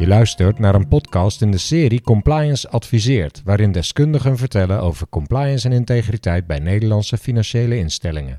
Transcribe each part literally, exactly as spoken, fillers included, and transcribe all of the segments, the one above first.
Je luistert naar een podcast in de serie Compliance Adviseert, waarin deskundigen vertellen over compliance en integriteit bij Nederlandse financiële instellingen.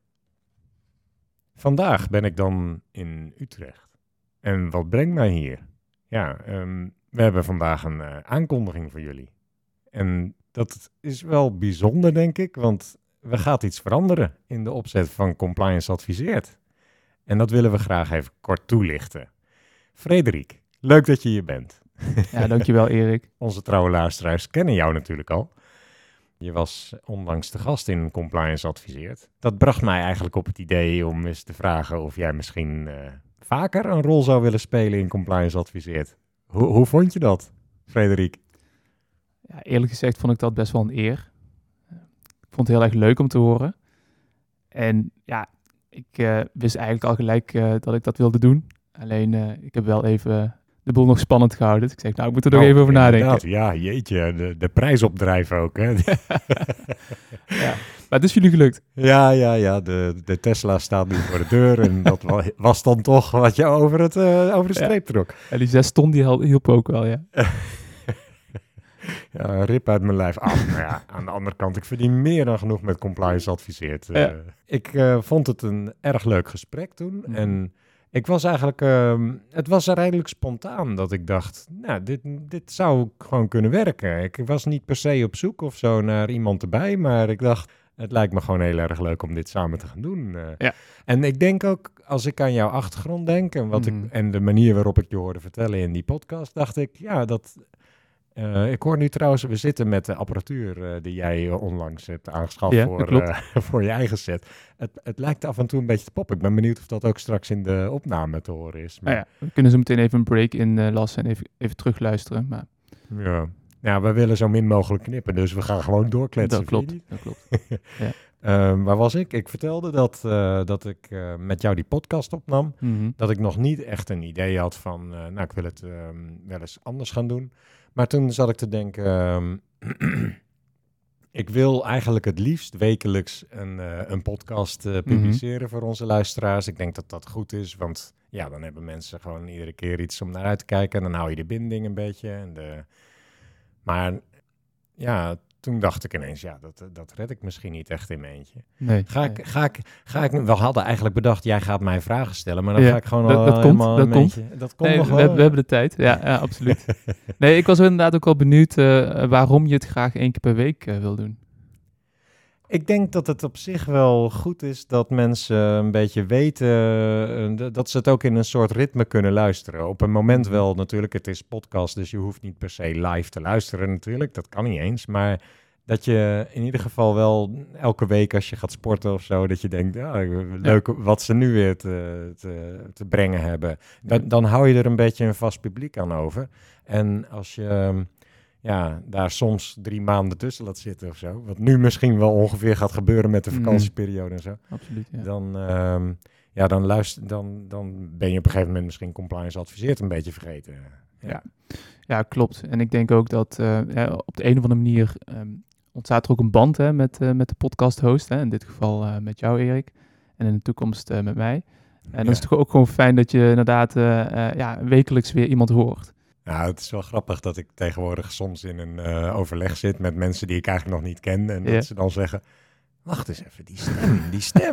Vandaag ben ik dan in Utrecht. En wat brengt mij hier? Ja, um, we hebben vandaag een uh, aankondiging voor jullie. En dat is wel bijzonder, denk ik, want we gaan iets veranderen in de opzet van Compliance Adviseert. En dat willen we graag even kort toelichten. Frederik, leuk dat je hier bent. Ja, dankjewel Erik. Onze trouwe luisteraars kennen jou natuurlijk al. Je was onlangs de gast in Compliance Adviseert. Dat bracht mij eigenlijk op het idee om eens te vragen of jij misschien uh, vaker een rol zou willen spelen in Compliance Adviseert. Hoe, hoe vond je dat, Frederik? Ja, eerlijk gezegd vond ik dat best wel een eer. Ik vond het heel erg leuk om te horen. En ja, ik uh, wist eigenlijk al gelijk uh, dat ik dat wilde doen. Alleen, uh, ik heb wel even de boel nog spannend gehouden. Dus ik zeg, nou, ik moet er nog oh, even over nadenken. Ja, jeetje, de, de prijs opdrijven ook, hè? Ja, maar het is jullie gelukt. Ja, ja, ja. De, de Tesla staat nu voor de deur. En dat was dan toch wat je over, het, uh, over de streep ja. trok. En die zes ton, die hielp ook wel, ja. Ja, een rip uit mijn lijf. Ah, nou ja, aan de andere kant, ik verdien meer dan genoeg met Compliance Adviseert. Ja. Uh, ik uh, vond het een erg leuk gesprek toen. Mm. En ik was eigenlijk, uh, het was redelijk spontaan dat ik dacht, nou, dit, dit zou gewoon kunnen werken. Ik was niet per se op zoek of zo naar iemand erbij, maar ik dacht, het lijkt me gewoon heel erg leuk om dit samen te gaan doen. Uh, ja. En ik denk ook, als ik aan jouw achtergrond denk en, wat mm. ik, en de manier waarop ik je hoorde vertellen in die podcast, dacht ik, ja, dat... Uh, ik hoor nu trouwens, we zitten met de apparatuur uh, die jij uh, onlangs hebt aangeschaft ja, voor, uh, voor je eigen set. Het, het lijkt af en toe een beetje te poppen. Ik ben benieuwd of dat ook straks in de opname te horen is. Maar... Ah ja, we kunnen zo meteen even een break in uh, lassen en even, even terugluisteren. Maar... Ja. ja, we willen zo min mogelijk knippen, dus we gaan gewoon doorkletsen. Dat klopt, dat klopt. Ja. Uh, waar was ik? Ik vertelde dat, uh, dat ik uh, met jou die podcast opnam. Mm-hmm. Dat ik nog niet echt een idee had van, uh, nou, ik wil het uh, wel eens anders gaan doen. Maar toen zat ik te denken, um, ik wil eigenlijk het liefst wekelijks een, uh, een podcast uh, publiceren mm-hmm. voor onze luisteraars. Ik denk dat dat goed is, want ja, dan hebben mensen gewoon iedere keer iets om naar uit te kijken. En dan hou je de binding een beetje. En de... Maar ja, toen dacht ik ineens, ja, dat, dat red ik misschien niet echt in mijn eentje. Nee, ga, ik, nee. ga, ik, ga ik, we hadden eigenlijk bedacht, jij gaat mij vragen stellen, maar dan ja, ga ik gewoon dat, al dat helemaal komt, dat een komt. beetje... Dat komt nee, nog we, wel. we hebben de tijd, ja, ja absoluut. Nee, ik was inderdaad ook wel benieuwd uh, waarom je het graag één keer per week uh, wil doen. Ik denk dat het op zich wel goed is dat mensen een beetje weten uh, dat ze het ook in een soort ritme kunnen luisteren. Op een moment wel natuurlijk, het is podcast, dus je hoeft niet per se live te luisteren natuurlijk, dat kan niet eens, maar dat je in ieder geval wel elke week als je gaat sporten of zo, dat je denkt, ja, leuk ja. wat ze nu weer te, te, te brengen hebben. Dan, dan hou je er een beetje een vast publiek aan over. En als je... ja, daar soms drie maanden tussen laat zitten of zo, wat nu misschien wel ongeveer gaat gebeuren met de vakantieperiode en zo, Absoluut, ja. dan, um, ja, dan, luister, dan, dan ben je op een gegeven moment misschien Compliance Adviseert een beetje vergeten. Ja, ja. ja klopt. En ik denk ook dat uh, ja, op de een of andere manier um, ontstaat er ook een band hè, met, uh, met de podcast host, hè, in dit geval uh, met jou Erik, en in de toekomst uh, met mij. En dan ja. is het ook gewoon fijn dat je inderdaad uh, uh, ja, wekelijks weer iemand hoort. Nou, het is wel grappig dat ik tegenwoordig soms in een uh, overleg zit met mensen die ik eigenlijk nog niet ken. En ja. dat ze dan zeggen, wacht eens even, die stem, die stem.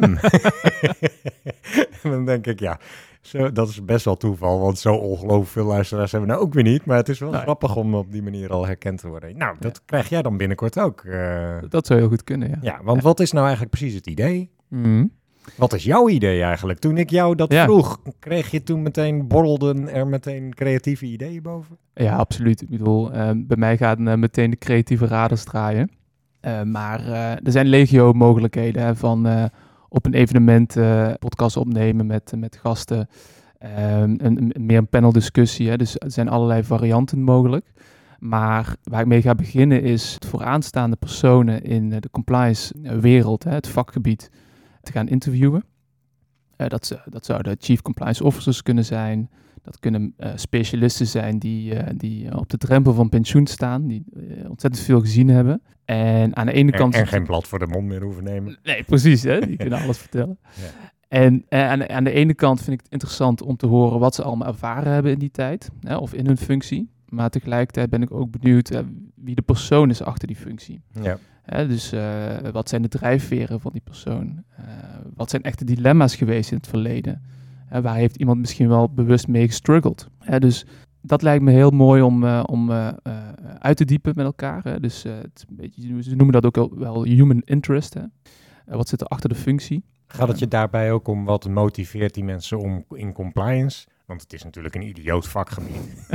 En dan denk ik, ja, zo, dat is best wel toeval. Want zo ongelooflijk veel luisteraars hebben we nou ook weer niet. Maar het is wel nou, grappig om op die manier al herkend te worden. Nou, dat ja. krijg jij dan binnenkort ook. Uh, dat zou heel goed kunnen, ja. Ja, want ja. wat is nou eigenlijk precies het idee? Mm-hmm. Wat is jouw idee eigenlijk? Toen ik jou dat ja. vroeg, kreeg je toen meteen, borrelden er meteen creatieve ideeën boven? Ja, absoluut. Ik bedoel, uh, bij mij gaan uh, meteen de creatieve radars draaien. Uh, maar uh, er zijn legio mogelijkheden hè, van uh, op een evenement uh, podcast opnemen met, uh, met gasten. Uh, een, een, meer een paneldiscussie. Hè. Dus er zijn allerlei varianten mogelijk. Maar waar ik mee ga beginnen is vooraanstaande personen in uh, de compliance wereld, hè, het vakgebied, te gaan interviewen. Uh, dat, dat zouden chief compliance officers kunnen zijn. Dat kunnen uh, specialisten zijn die, uh, die uh, op de drempel van pensioen staan. Die uh, ontzettend veel gezien hebben. En aan de ene en, kant... En geen blad voor de mond meer hoeven nemen. Nee, precies. Hè? Die kunnen alles vertellen. Ja. En uh, aan, de, aan de ene kant vind ik het interessant om te horen wat ze allemaal ervaren hebben in die tijd, hè, of in hun functie. Maar tegelijkertijd ben ik ook benieuwd uh, wie de persoon is achter die functie. Ja. Hè, dus uh, wat zijn de drijfveren van die persoon? Uh, wat zijn echte dilemma's geweest in het verleden? Uh, waar heeft iemand misschien wel bewust mee gestruggeld? Uh, dus dat lijkt me heel mooi om, uh, om uh, uh, uit te diepen met elkaar. Hè. Dus uh, het is een beetje, ze noemen dat ook wel human interest. Hè. Uh, wat zit er achter de functie? Gaat het je daarbij ook om wat motiveert die mensen om in compliance? Want het is natuurlijk een idioot vakgebied.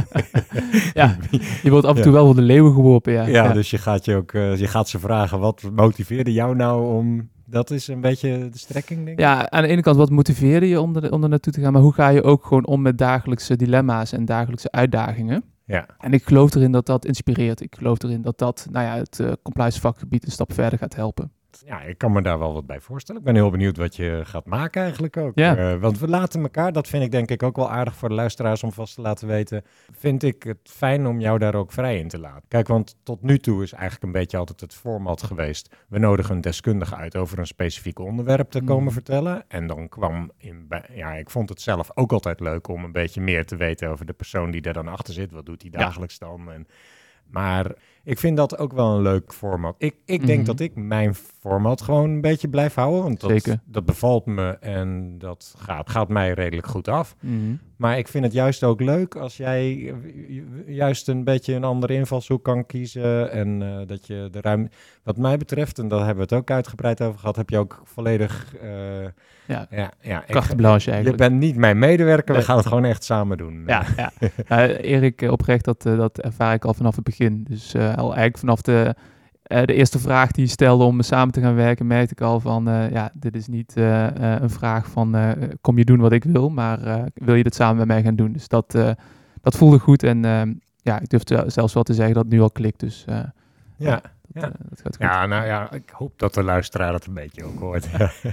Ja, je wordt af en toe ja. wel voor de leeuwen geworpen. Ja, ja, ja. dus je gaat, je, ook, uh, je gaat ze vragen, wat motiveerde jou nou om... Dat is een beetje de strekking, denk ik. Ja, aan de ene kant, wat motiveerde je om er, om er naartoe te gaan? Maar hoe ga je ook gewoon om met dagelijkse dilemma's en dagelijkse uitdagingen? Ja. En ik geloof erin dat dat inspireert. Ik geloof erin dat dat nou ja, het uh, compliance vakgebied een stap verder gaat helpen. Ja, ik kan me daar wel wat bij voorstellen. Ik ben heel benieuwd wat je gaat maken eigenlijk ook. Ja. Uh, want we laten elkaar, dat vind ik denk ik ook wel aardig voor de luisteraars om vast te laten weten. Vind ik het fijn om jou daar ook vrij in te laten. Kijk, want tot nu toe is eigenlijk een beetje altijd het format geweest. We nodigen een deskundige uit over een specifiek onderwerp te komen mm. vertellen. En dan kwam in, ja, ik vond het zelf ook altijd leuk om een beetje meer te weten over de persoon die er dan achter zit. Wat doet hij dagelijks ja. dan? En, maar ik vind dat ook wel een leuk format. Ik, ik denk mm-hmm. dat ik mijn format gewoon een beetje blijf houden. Want dat, Zeker. dat bevalt me en dat gaat, gaat mij redelijk goed af. Mm-hmm. Maar ik vind het juist ook leuk als jij juist een beetje een andere invalshoek kan kiezen. En uh, dat je de ruimte... Wat mij betreft, en daar hebben we het ook uitgebreid over gehad, heb je ook volledig... Uh, ja, ja, ja carte blanche eigenlijk. Je bent niet mijn medewerker, we gaan het gewoon echt samen doen. Ja, ja. uh, Erik, oprecht, dat, uh, dat ervaar ik al vanaf het begin. Dus uh, al eigenlijk vanaf de... Uh, de eerste vraag die je stelde om samen te gaan werken, merkte ik al van, uh, ja, dit is niet uh, uh, een vraag van, uh, kom je doen wat ik wil, maar uh, wil je dit samen met mij gaan doen? Dus dat, uh, dat voelde goed en uh, ja, ik durf te, zelfs wel te zeggen dat het nu al klikt. Dus uh, ja, ja, dat, ja. Uh, dat gaat goed. Ja, nou ja, ik hoop dat de luisteraar dat een beetje ook hoort.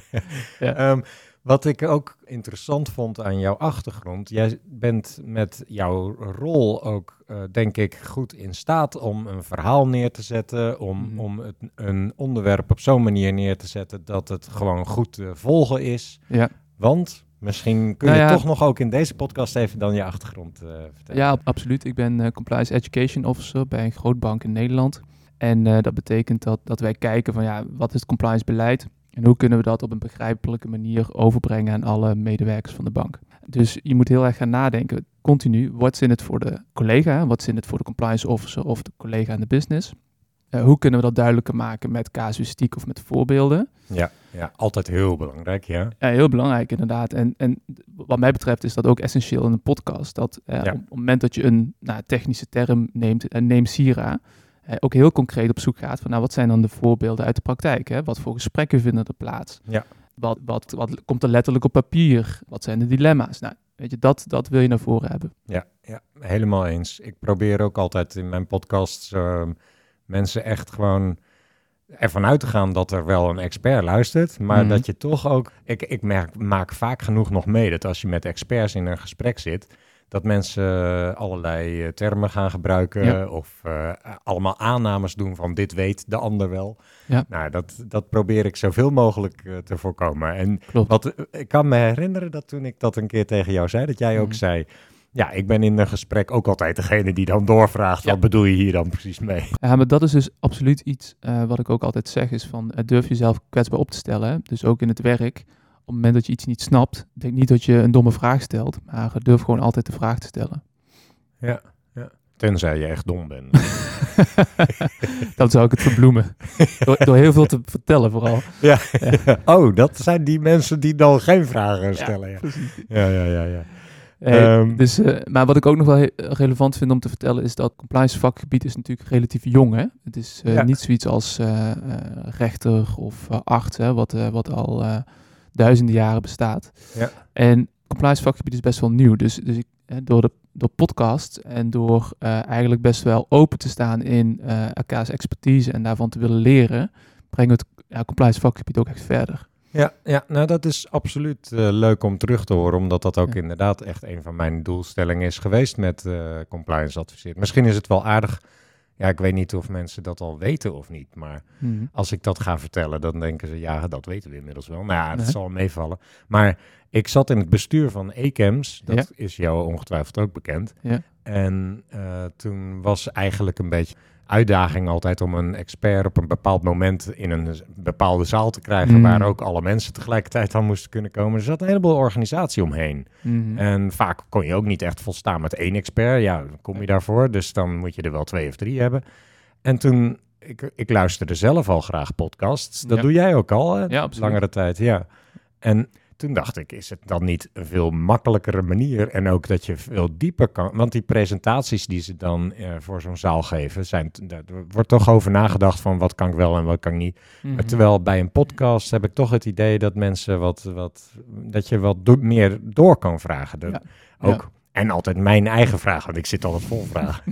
ja. um, Wat ik ook interessant vond aan jouw achtergrond, jij bent met jouw rol ook, uh, denk ik, goed in staat om een verhaal neer te zetten, om, mm. om het, een onderwerp op zo'n manier neer te zetten dat het gewoon goed te volgen is. Ja. Want misschien kun nou je ja, toch nog ook in deze podcast even dan je achtergrond uh, vertellen. Ja, absoluut. Ik ben uh, Compliance Education Officer bij een grootbank in Nederland. En uh, dat betekent dat, dat wij kijken van, ja, wat is het compliance beleid? En hoe kunnen we dat op een begrijpelijke manier overbrengen aan alle medewerkers van de bank? Dus je moet heel erg gaan nadenken, continu, wat is in het voor de collega, wat is in het voor de compliance officer of de collega in de business? Uh, hoe kunnen we dat duidelijker maken met casuïstiek of met voorbeelden? Ja, ja, altijd heel belangrijk, ja. Ja, heel belangrijk inderdaad. En, en wat mij betreft is dat ook essentieel in een podcast. Dat uh, ja. op het moment dat je een nou, technische term neemt, uh, neem Sira, uh, ook heel concreet op zoek gaat van, nou, wat zijn dan de voorbeelden uit de praktijk? Hè? Wat voor gesprekken vinden er plaats? Ja. Wat, wat, wat komt er letterlijk op papier? Wat zijn de dilemma's? Nou, weet je, dat, dat wil je naar voren hebben. Ja, ja, helemaal eens. Ik probeer ook altijd in mijn podcasts uh, mensen echt gewoon ervan uit te gaan dat er wel een expert luistert, maar mm. dat je toch ook... Ik, ik merk, maak vaak genoeg nog mee dat als je met experts in een gesprek zit, dat mensen uh, allerlei uh, termen gaan gebruiken ja. of uh, allemaal aannames doen van dit weet de ander wel. Ja. Nou, dat, dat probeer ik zoveel mogelijk uh, te voorkomen. En Klopt. wat, uh, ik kan me herinneren dat toen ik dat een keer tegen jou zei, dat jij mm. ook zei, ja, ik ben in een gesprek ook altijd degene die dan doorvraagt, ja. wat bedoel je hier dan precies mee? Ja, maar dat is dus absoluut iets uh, wat ik ook altijd zeg, is van uh, durf jezelf kwetsbaar op te stellen. Hè? Dus ook in het werk. Op het moment dat je iets niet snapt, denk niet dat je een domme vraag stelt, maar durf gewoon altijd de vraag te stellen. Ja, ja. Tenzij je echt dom bent. Dan zou ik het verbloemen. Door, door heel veel te vertellen vooral. Ja. Ja. Oh, dat zijn die mensen die dan geen vragen stellen. Ja, ja, ja, ja. ja. Hey, um, dus, uh, maar wat ik ook nog wel he- relevant vind om te vertellen is dat compliance vakgebied is natuurlijk relatief jong. Hè? Het is uh, ja. niet zoiets als uh, uh, rechter of uh, arts, hè, wat, uh, wat al uh, duizenden jaren bestaat. Ja. En compliance vakgebied is best wel nieuw. Dus, dus ik, uh, door de door podcast en door uh, eigenlijk best wel open te staan in uh, elkaars expertise en daarvan te willen leren, brengen we het ja, compliance vakgebied ook echt verder. Ja, ja, nou dat is absoluut uh, leuk om terug te horen, omdat dat ook ja. inderdaad echt een van mijn doelstellingen is geweest met uh, compliance adviseren. Misschien is het wel aardig, Ja, ik weet niet of mensen dat al weten of niet, maar Mm. als ik dat ga vertellen, dan denken ze, ja, dat weten we inmiddels wel. Nou ja, dat Nee. zal meevallen. Maar ik zat in het bestuur van E C A M S, dat Ja. is jou ongetwijfeld ook bekend. Ja. En uh, toen was eigenlijk een beetje uitdaging altijd om een expert op een bepaald moment in een bepaalde zaal te krijgen, Mm. waar ook alle mensen tegelijkertijd aan moesten kunnen komen. Er zat een heleboel organisatie omheen. Mm. En vaak kon je ook niet echt volstaan met één expert. Ja, dan kom je daarvoor. Dus dan moet je er wel twee of drie hebben. En toen, ik, ik luisterde zelf al graag podcasts. Dat Ja. doe jij ook al, hè? Ja, absoluut. Langere tijd, ja. En toen dacht ik, is het dan niet een veel makkelijkere manier? En ook dat je veel dieper kan... Want die presentaties die ze dan uh, voor zo'n zaal geven, zijn, daar wordt toch over nagedacht van wat kan ik wel en wat kan ik niet. Mm. Maar terwijl bij een podcast heb ik toch het idee dat mensen wat... wat dat je wat do- meer door kan vragen. Dat Ja. ook... Ja. En altijd mijn eigen vraag, want ik zit altijd vol vragen.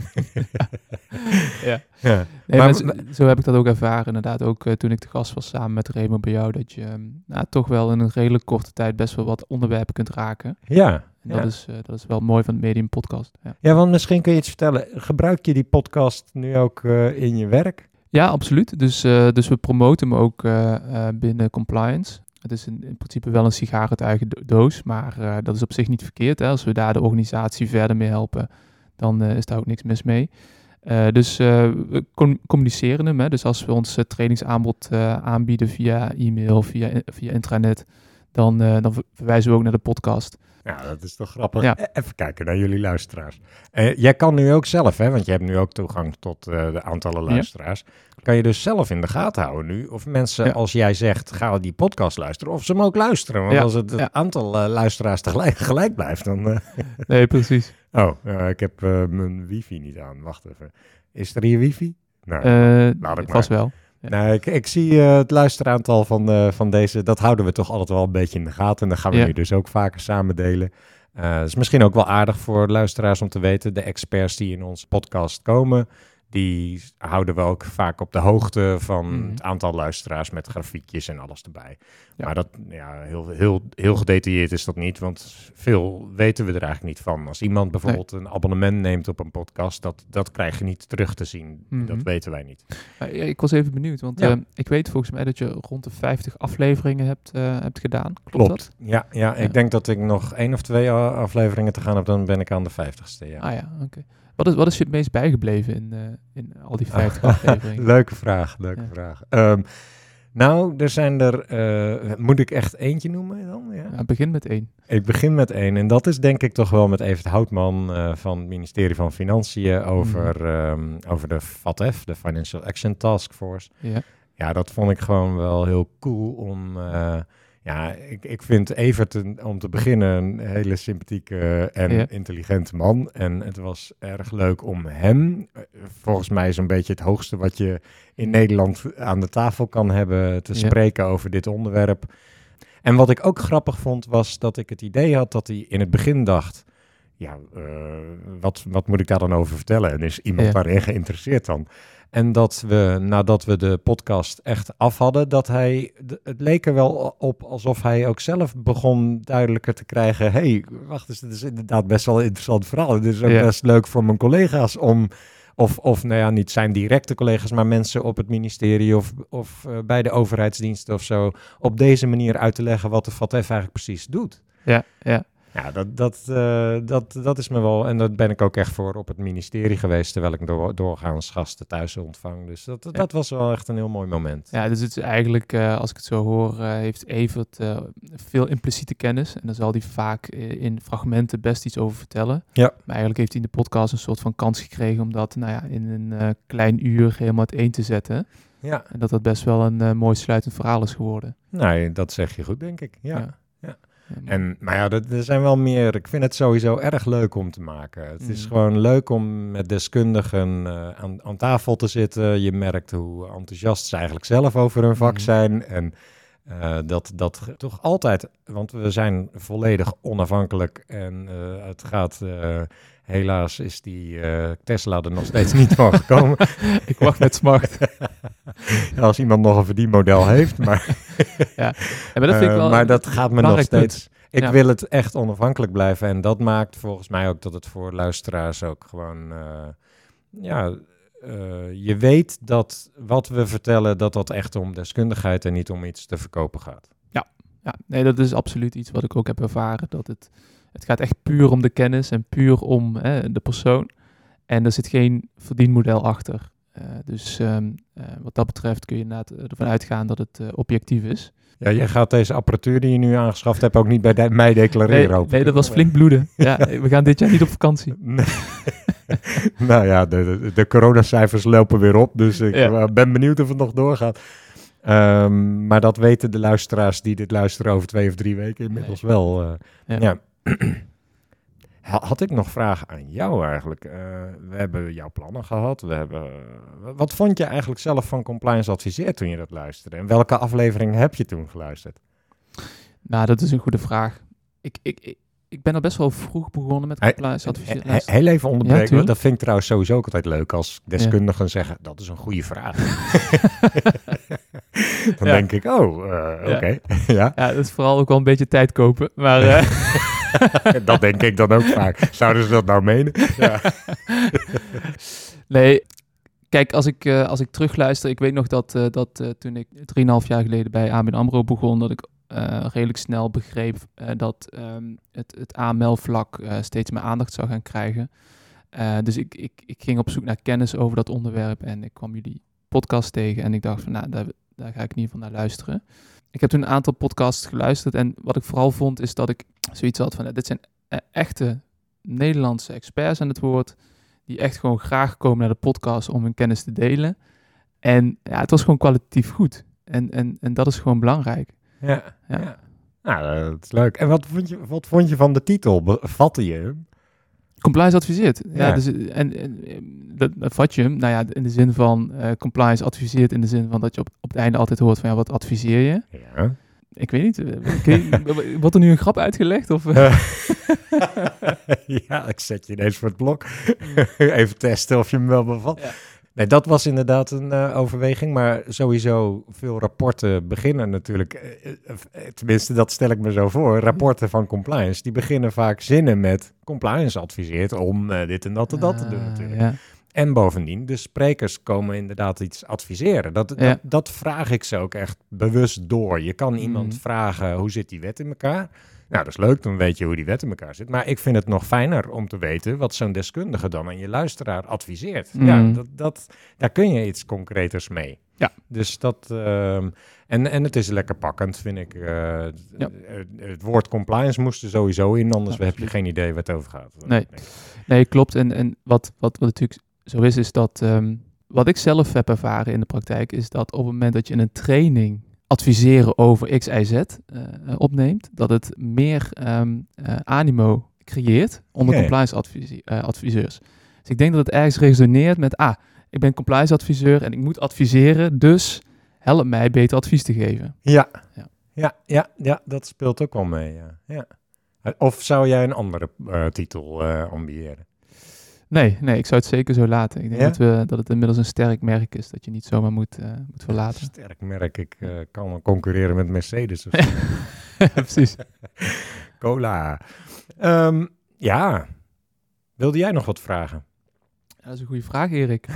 Ja. Ja. Nee, Maar- maar zo, zo heb ik dat ook ervaren. Inderdaad, ook uh, toen ik te gast was samen met Remo bij jou, dat je um, nou, toch wel in een redelijk korte tijd best wel wat onderwerpen kunt raken. Ja. En dat, Ja. is, uh, dat is wel mooi van het medium podcast. Ja, Ja, want misschien kun je iets vertellen. Gebruik je die podcast nu ook uh, in je werk? ja absoluut. Dus, uh, dus we promoten hem ook uh, uh, binnen compliance. Het is in, in principe wel een sigaar uit eigen do- doos, maar uh, dat is op zich niet verkeerd. Hè? Als we daar de organisatie verder mee helpen, dan uh, is daar ook niks mis mee. Uh, dus uh, we com- communiceren hem. Hè? Dus als we ons uh, trainingsaanbod uh, aanbieden via e-mail, via, via intranet, dan, uh, dan verwijzen we ook naar de podcast. Ja, dat is toch grappig. Ja. Even kijken naar jullie luisteraars. Uh, jij kan nu ook zelf, hè, want je hebt nu ook toegang tot uh, de aantallen luisteraars. Ja. Kan je dus zelf in de gaten houden nu? Of mensen, ja. als jij zegt, ga die podcast luisteren, of ze hem ook luisteren. Want ja. als het, het ja. aantal uh, luisteraars tegelijk gelijk blijft, dan... Uh... Nee, precies. Oh, uh, ik heb uh, mijn wifi niet aan. Wacht even. Is er hier wifi? Nou, uh, laat ik vast maar. wel. Ja. Nee, ik, ik zie uh, het luisteraantal van, uh, van deze, dat houden we toch altijd wel een beetje in de gaten. En dat gaan we ja. nu dus ook vaker samen delen. Uh, dat is misschien ook wel aardig voor luisteraars om te weten. De experts die in onze podcast komen, die houden we ook vaak op de hoogte van mm. het aantal luisteraars met grafiekjes en alles erbij. Ja. Maar dat, ja, heel, heel, heel gedetailleerd is dat niet, want veel weten we er eigenlijk niet van. Als iemand bijvoorbeeld nee. een abonnement neemt op een podcast, dat, dat krijg je niet terug te zien. Mm-hmm. Dat weten wij niet. Uh, ik was even benieuwd, want ja. uh, ik weet volgens mij dat je rond de vijftig afleveringen hebt, uh, hebt gedaan. Klopt, Klopt. dat? Ja, ja, ja, ik denk dat ik nog één of twee afleveringen te gaan heb, dan ben ik aan de vijftigste. Ja. Ah ja, oké. Okay. Wat is, wat is je het meest bijgebleven in, uh, in al die vijftig afleveringen? Leuke vraag, leuke ja. vraag. Um, nou, er zijn er... Uh, moet ik echt eentje noemen dan? Ja? Ja, begin met één. Ik begin met één. En dat is denk ik toch wel met Evert Houtman uh, van het ministerie van Financiën over, mm. um, over de F A T F, de Financial Action Task Force. Ja, ja dat vond ik gewoon wel heel cool om... Uh, Ja, ik, ik vind Evert een, om te beginnen een hele sympathieke en ja. intelligente man. En het was erg leuk om hem, volgens mij is een beetje het hoogste wat je in Nederland aan de tafel kan hebben, te ja. spreken over dit onderwerp. En wat ik ook grappig vond, was dat ik het idee had dat hij in het begin dacht, ja, uh, wat, wat moet ik daar dan over vertellen? En is iemand ja. daarin geïnteresseerd dan? En dat we, nadat we de podcast echt af hadden, dat hij, het leek er wel op alsof hij ook zelf begon duidelijker te krijgen, hé, hey, wacht eens, dit is inderdaad best wel een interessant verhaal. Het is ook ja. best leuk voor mijn collega's om, of, of nou ja, niet zijn directe collega's, maar mensen op het ministerie of, of uh, bij de overheidsdiensten of zo, op deze manier uit te leggen wat de F A T F eigenlijk precies doet. Ja, ja. Ja, dat, dat, uh, dat, dat is me wel... En dat ben ik ook echt voor op het ministerie geweest, terwijl ik door, doorgaans gasten thuis ontvang. Dus dat, ja. dat was wel echt een heel mooi moment. Ja, dus het is eigenlijk, uh, als ik het zo hoor, uh, heeft Evert uh, veel impliciete kennis. En daar zal hij vaak uh, in fragmenten best iets over vertellen. Ja. Maar eigenlijk heeft hij in de podcast een soort van kans gekregen om dat nou ja, in een uh, klein uur helemaal uiteen te zetten. Ja. En dat dat best wel een uh, mooi sluitend verhaal is geworden. Nee, dat zeg je goed, denk ik. Ja. ja. ja. Ja, maar... En, maar ja, er zijn wel meer... Ik vind het sowieso erg leuk om te maken. Het mm. is gewoon leuk om met deskundigen uh, aan, aan tafel te zitten. Je merkt hoe enthousiast ze eigenlijk zelf over hun vak mm. zijn. En uh, dat, dat toch altijd... Want we zijn volledig onafhankelijk. En uh, het gaat... Uh, helaas is die uh, Tesla er nog steeds niet van gekomen. Ik wacht met smacht. Ja, als iemand nog een verdienmodel heeft, maar... ja. Ja, maar dat, vind ik wel uh, maar dat gaat me nog steeds... Punt. Ik ja. wil het echt onafhankelijk blijven. En dat maakt volgens mij ook dat het voor luisteraars ook gewoon... Uh, ja, uh, je weet dat wat we vertellen, dat dat echt om deskundigheid en niet om iets te verkopen gaat. Ja, ja. Nee, dat is absoluut iets wat ik ook heb ervaren. Dat het, het gaat echt puur om de kennis en puur om hè, de persoon. En er zit geen verdienmodel achter. Uh, dus um, uh, wat dat betreft kun je inderdaad ervan uitgaan dat het uh, objectief is. Ja, jij gaat deze apparatuur die je nu aangeschaft hebt ook niet bij de- mij declareren. Nee, nee, dat was flink bloeden. Ja, we gaan dit jaar niet op vakantie. Nee. Nou ja, de, de, de coronacijfers lopen weer op, dus ik ja. ben benieuwd of het nog doorgaat. Um, maar dat weten de luisteraars die dit luisteren over twee of drie weken inmiddels nee. wel. Uh, ja. ja. Had ik nog vragen aan jou eigenlijk? Uh, we hebben jouw plannen gehad. We hebben, uh, wat vond je eigenlijk zelf van Compliance Adviseer toen je dat luisterde? En welke aflevering heb je toen geluisterd? Nou, dat is een goede vraag. Ik, ik, ik, ik ben al best wel vroeg begonnen met Compliance Adviseer. He, he, heel even onderbreken. Ja, dat vind ik trouwens sowieso ook altijd leuk als deskundigen ja. zeggen, dat is een goede vraag. Dan ja. denk ik, oh, uh, oké. Okay. ja. ja, dat is vooral ook wel een beetje tijd kopen. Maar... Uh, dat denk ik dan ook vaak. Zouden ze dat nou menen? Ja. Nee, kijk, als ik, uh, als ik terugluister, ik weet nog dat, uh, dat uh, toen ik drieënhalf jaar geleden bij A B N AMRO begon, dat ik uh, redelijk snel begreep uh, dat um, het, het A M L-vlak uh, steeds meer aandacht zou gaan krijgen. Uh, dus ik, ik, ik ging op zoek naar kennis over dat onderwerp en ik kwam jullie podcast tegen en ik dacht van, nou, daar, daar ga ik in ieder geval naar luisteren. Ik heb toen een aantal podcasts geluisterd en wat ik vooral vond is dat ik zoiets had van, nou, dit zijn uh, echte Nederlandse experts aan het woord, die echt gewoon graag komen naar de podcast om hun kennis te delen. En ja, het was gewoon kwalitatief goed. En, en, en dat is gewoon belangrijk. Ja, ja. ja. Nou, dat is leuk. En wat vond je, wat vond je van de titel? Vatte je hem? Compliance adviseert. Ja, ja. Dus, en, en dat, dat vat je hem. Nou ja, in de zin van uh, compliance adviseert, in de zin van dat je op, op het einde altijd hoort van, ja, wat adviseer je? Ja. Ik weet niet. Je, wordt er nu een grap uitgelegd? Of? Ja, ik zet je ineens voor het blok. Even testen of je hem wel bevalt. Ja. Nee, dat was inderdaad een uh, overweging, maar sowieso veel rapporten beginnen natuurlijk, uh, uh, tenminste dat stel ik me zo voor, rapporten van compliance, die beginnen vaak zinnen met compliance adviseert om uh, dit en dat en dat uh, te doen natuurlijk. Ja. En bovendien, de sprekers komen inderdaad iets adviseren. Dat, ja. dat, dat vraag ik ze ook echt bewust door. Je kan iemand mm. vragen, hoe zit die wet in elkaar? Nou, dat is leuk, dan weet je hoe die wet in elkaar zit. Maar ik vind het nog fijner om te weten wat zo'n deskundige dan aan je luisteraar adviseert. Mm. Ja, dat, dat, daar kun je iets concreters mee. Ja. Dus dat... Uh, en, en het is lekker pakkend, vind ik. Uh, ja. het, het woord compliance moest er sowieso in, anders ja, heb je geen idee waar het over gaat. Nee, nee klopt. En, en wat, wat, wat natuurlijk zo is, is dat... Um, wat ik zelf heb ervaren in de praktijk, is dat op het moment dat je in een training adviseren over X, Y, Z uh, opneemt, dat het meer um, uh, animo creëert onder okay. compliance advise- uh, adviseurs. Dus ik denk dat het ergens resoneert met, ah, ik ben compliance adviseur en ik moet adviseren, dus help mij beter advies te geven. Ja, ja, ja, ja, ja dat speelt ook wel mee. Ja. Ja. Of zou jij een andere uh, titel uh, ambiëren? Nee, nee, ik zou het zeker zo laten. Ik denk ja? dat, we, dat het inmiddels een sterk merk is, dat je niet zomaar moet, uh, moet verlaten. Sterk merk, ik uh, kan me concurreren met Mercedes. Of zo. Ja, precies. Cola. Um, ja, wilde jij nog wat vragen? Ja, dat is een goede vraag, Erik.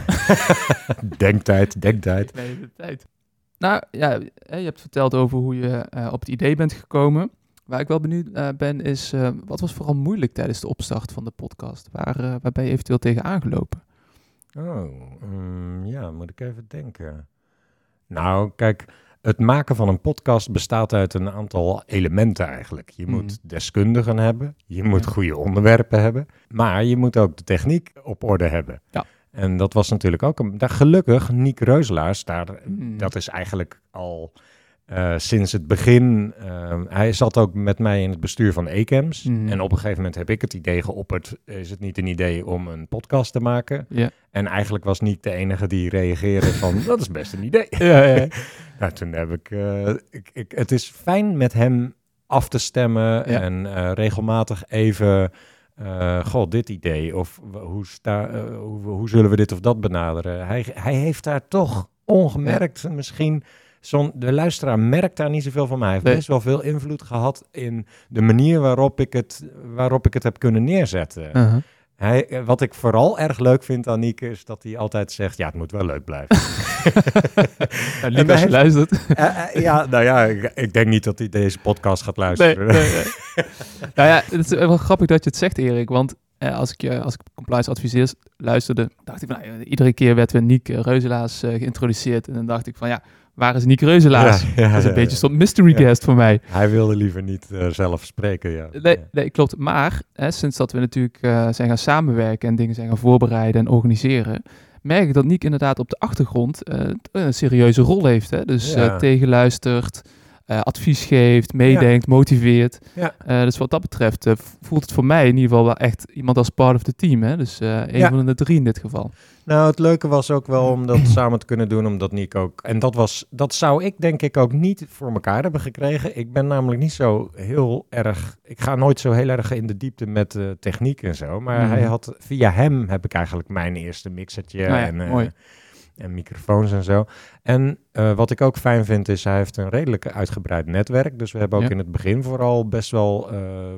Denktijd, denktijd. Nee, de tijd. Nou, ja, je hebt verteld over hoe je uh, op het idee bent gekomen. Waar ik wel benieuwd uh, ben is, uh, wat was vooral moeilijk tijdens de opstart van de podcast? Waar, uh, waar ben je eventueel tegen aangelopen? Oh, um, ja, moet ik even denken. Nou, kijk, het maken van een podcast bestaat uit een aantal elementen eigenlijk. Je mm. moet deskundigen hebben, je moet ja. goede onderwerpen hebben, maar je moet ook de techniek op orde hebben. Ja. En dat was natuurlijk ook, een, daar gelukkig, Niek Reuzelaars, daar, mm. dat is eigenlijk al... Uh, sinds het begin, uh, hij zat ook met mij in het bestuur van E C A M S. Mm. En op een gegeven moment heb ik het idee geopperd, is het niet een idee om een podcast te maken? Yeah. En eigenlijk was niet de enige die reageerde van, dat is best een idee. Ja, ja. Nou, toen heb ik, uh, ik, ik, het is fijn met hem af te stemmen ja. en uh, regelmatig even, uh, goh, dit idee, of hoe, sta, uh, hoe, hoe zullen we dit of dat benaderen? Hij, hij heeft daar toch ongemerkt ja. misschien... Zon, de luisteraar merkt daar niet zoveel van mij. Hij heeft nee. best wel veel invloed gehad in de manier waarop ik het, waarop ik het heb kunnen neerzetten. Uh-huh. Hij, wat ik vooral erg leuk vind aan Niek is dat hij altijd zegt, ja, het moet wel leuk blijven. Ja, Niek, als je luistert. Uh, uh, ja, nou ja, ik, ik denk niet dat hij deze podcast gaat luisteren. Nee, nee, nee. Nou ja, het is wel grappig dat je het zegt, Erik, want uh, als ik, uh, als ik compliance adviseurs luisterde, dacht ik van, nou, iedere keer werd weer Niek Reuzelaars uh, geïntroduceerd en dan dacht ik van, ja, waar is Niek Reuzelaars? Ja, ja, dat is een ja, beetje ja. zo'n mystery Ja. guest voor mij. Hij wilde liever niet uh, zelf spreken, ja. Nee, ja. nee klopt. Maar hè, sinds dat we natuurlijk uh, zijn gaan samenwerken en dingen zijn gaan voorbereiden en organiseren, merk ik dat Niek inderdaad op de achtergrond uh, een serieuze rol heeft. Hè? Dus Ja. uh, tegenluistert, uh, advies geeft, meedenkt, ja. motiveert. Ja. Uh, dus wat dat betreft uh, voelt het voor mij in ieder geval wel echt iemand als part of the team. Hè? Dus uh, een ja. van de drie in dit geval. Nou, het leuke was ook wel om dat samen te kunnen doen, omdat Niek ook... En dat, was, dat zou ik denk ik ook niet voor elkaar hebben gekregen. Ik ben namelijk niet zo heel erg... Ik ga nooit zo heel erg in de diepte met uh, techniek en zo. Maar Mm. hij had... Via hem heb ik eigenlijk mijn eerste mixertje Nou ja, en, uh, mooi. en microfoons en zo. En uh, wat ik ook fijn vind is, hij heeft een redelijk uitgebreid netwerk. Dus we hebben ook Ja. in het begin vooral best wel uh,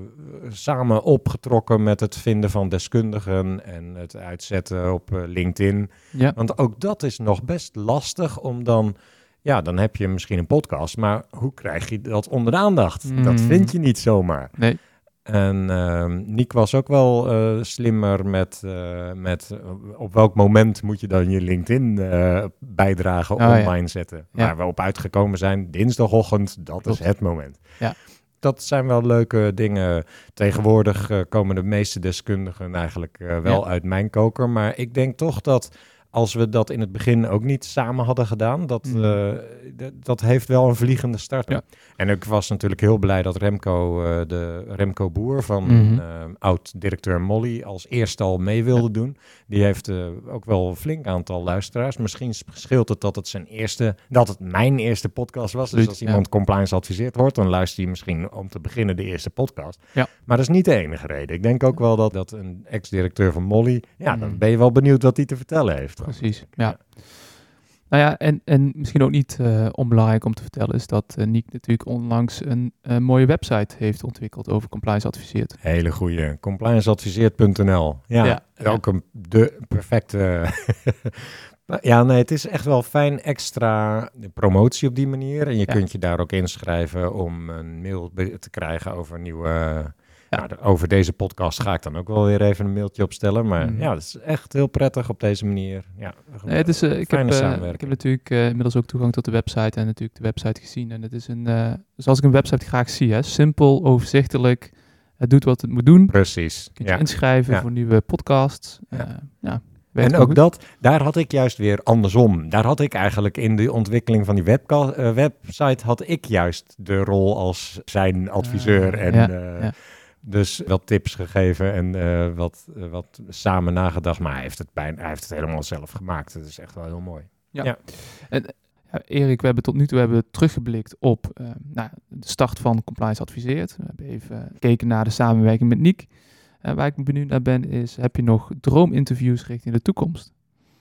samen opgetrokken met het vinden van deskundigen en het uitzetten op uh, LinkedIn. Ja. Want ook dat is nog best lastig om dan... Ja, dan heb je misschien een podcast, maar hoe krijg je dat onder de aandacht? Mm. Dat vind je niet zomaar. Nee. En uh, Niek was ook wel uh, slimmer met, uh, met uh, op welk moment moet je dan je LinkedIn uh, bijdrage Oh, online ja. zetten. Ja. Waar we op uitgekomen zijn, dinsdagochtend, dat Klopt. is het moment. Ja. Dat zijn wel leuke dingen. Tegenwoordig uh, komen de meeste deskundigen eigenlijk uh, wel Ja. uit mijn koker. Maar ik denk toch dat als we dat in het begin ook niet samen hadden gedaan, dat, Mm. uh, d- dat heeft wel een vliegende start. Ja. En ik was natuurlijk heel blij dat Remco, uh, de Remco Boer van Mhm. uh, oud-directeur Molly, als eerste al mee wilde Ja. doen. Die heeft uh, ook wel een flink aantal luisteraars. Misschien scheelt het dat het zijn eerste, dat het mijn eerste podcast was. Absoluut, Dus als iemand ja. compliance adviseerd wordt, dan luister je misschien om te beginnen de eerste podcast. Ja. Maar dat is niet de enige reden. Ik denk ook wel dat, dat een ex-directeur van Molly, ja, dan Mhm. ben je wel benieuwd wat hij te vertellen heeft. Precies, ja. Nou ja, en, en misschien ook niet uh, onbelangrijk om te vertellen is dat uh, Niek natuurlijk onlangs een uh, mooie website heeft ontwikkeld over compliance adviseert. Hele goede. compliance adviseert punt n l. Ja, Ja, ja. ook een, de perfecte... Ja, nee, het is echt wel fijn extra promotie op die manier. En je Ja. kunt je daar ook inschrijven om een mail be- te krijgen over nieuwe... Ja. Nou, de- over deze podcast ga ik dan ook wel weer even een mailtje opstellen. Maar Mhm. ja, het is echt heel prettig op deze manier. Ja, Nee, het is, uh, ik, fijne heb, uh, samenwerking. ik heb natuurlijk uh, inmiddels ook toegang tot de website en natuurlijk de website gezien. En het is een, uh, zoals ik een website graag zie, hè, simpel, overzichtelijk. Het doet wat het moet doen. Precies. Kun je Ja. inschrijven Ja. voor nieuwe podcasts. Ja. Uh, ja, werkt En wel ook goed. dat, daar had ik juist weer andersom. Daar had ik eigenlijk in de ontwikkeling van die webca- uh, website, had ik juist de rol als zijn adviseur. Ah, en ja, uh, ja. dus wat tips gegeven en uh, wat, uh, wat samen nagedacht. Maar hij heeft, het bijna, hij heeft het helemaal zelf gemaakt. Dat is echt wel heel mooi. Ja. Ja. En, ja, Erik, we hebben tot nu toe hebben we teruggeblikt op uh, nou, de start van Compliance Adviseert. We hebben even gekeken naar de samenwerking met Niek. Uh, waar ik benieuwd naar ben is, heb je nog droominterviews richting de toekomst?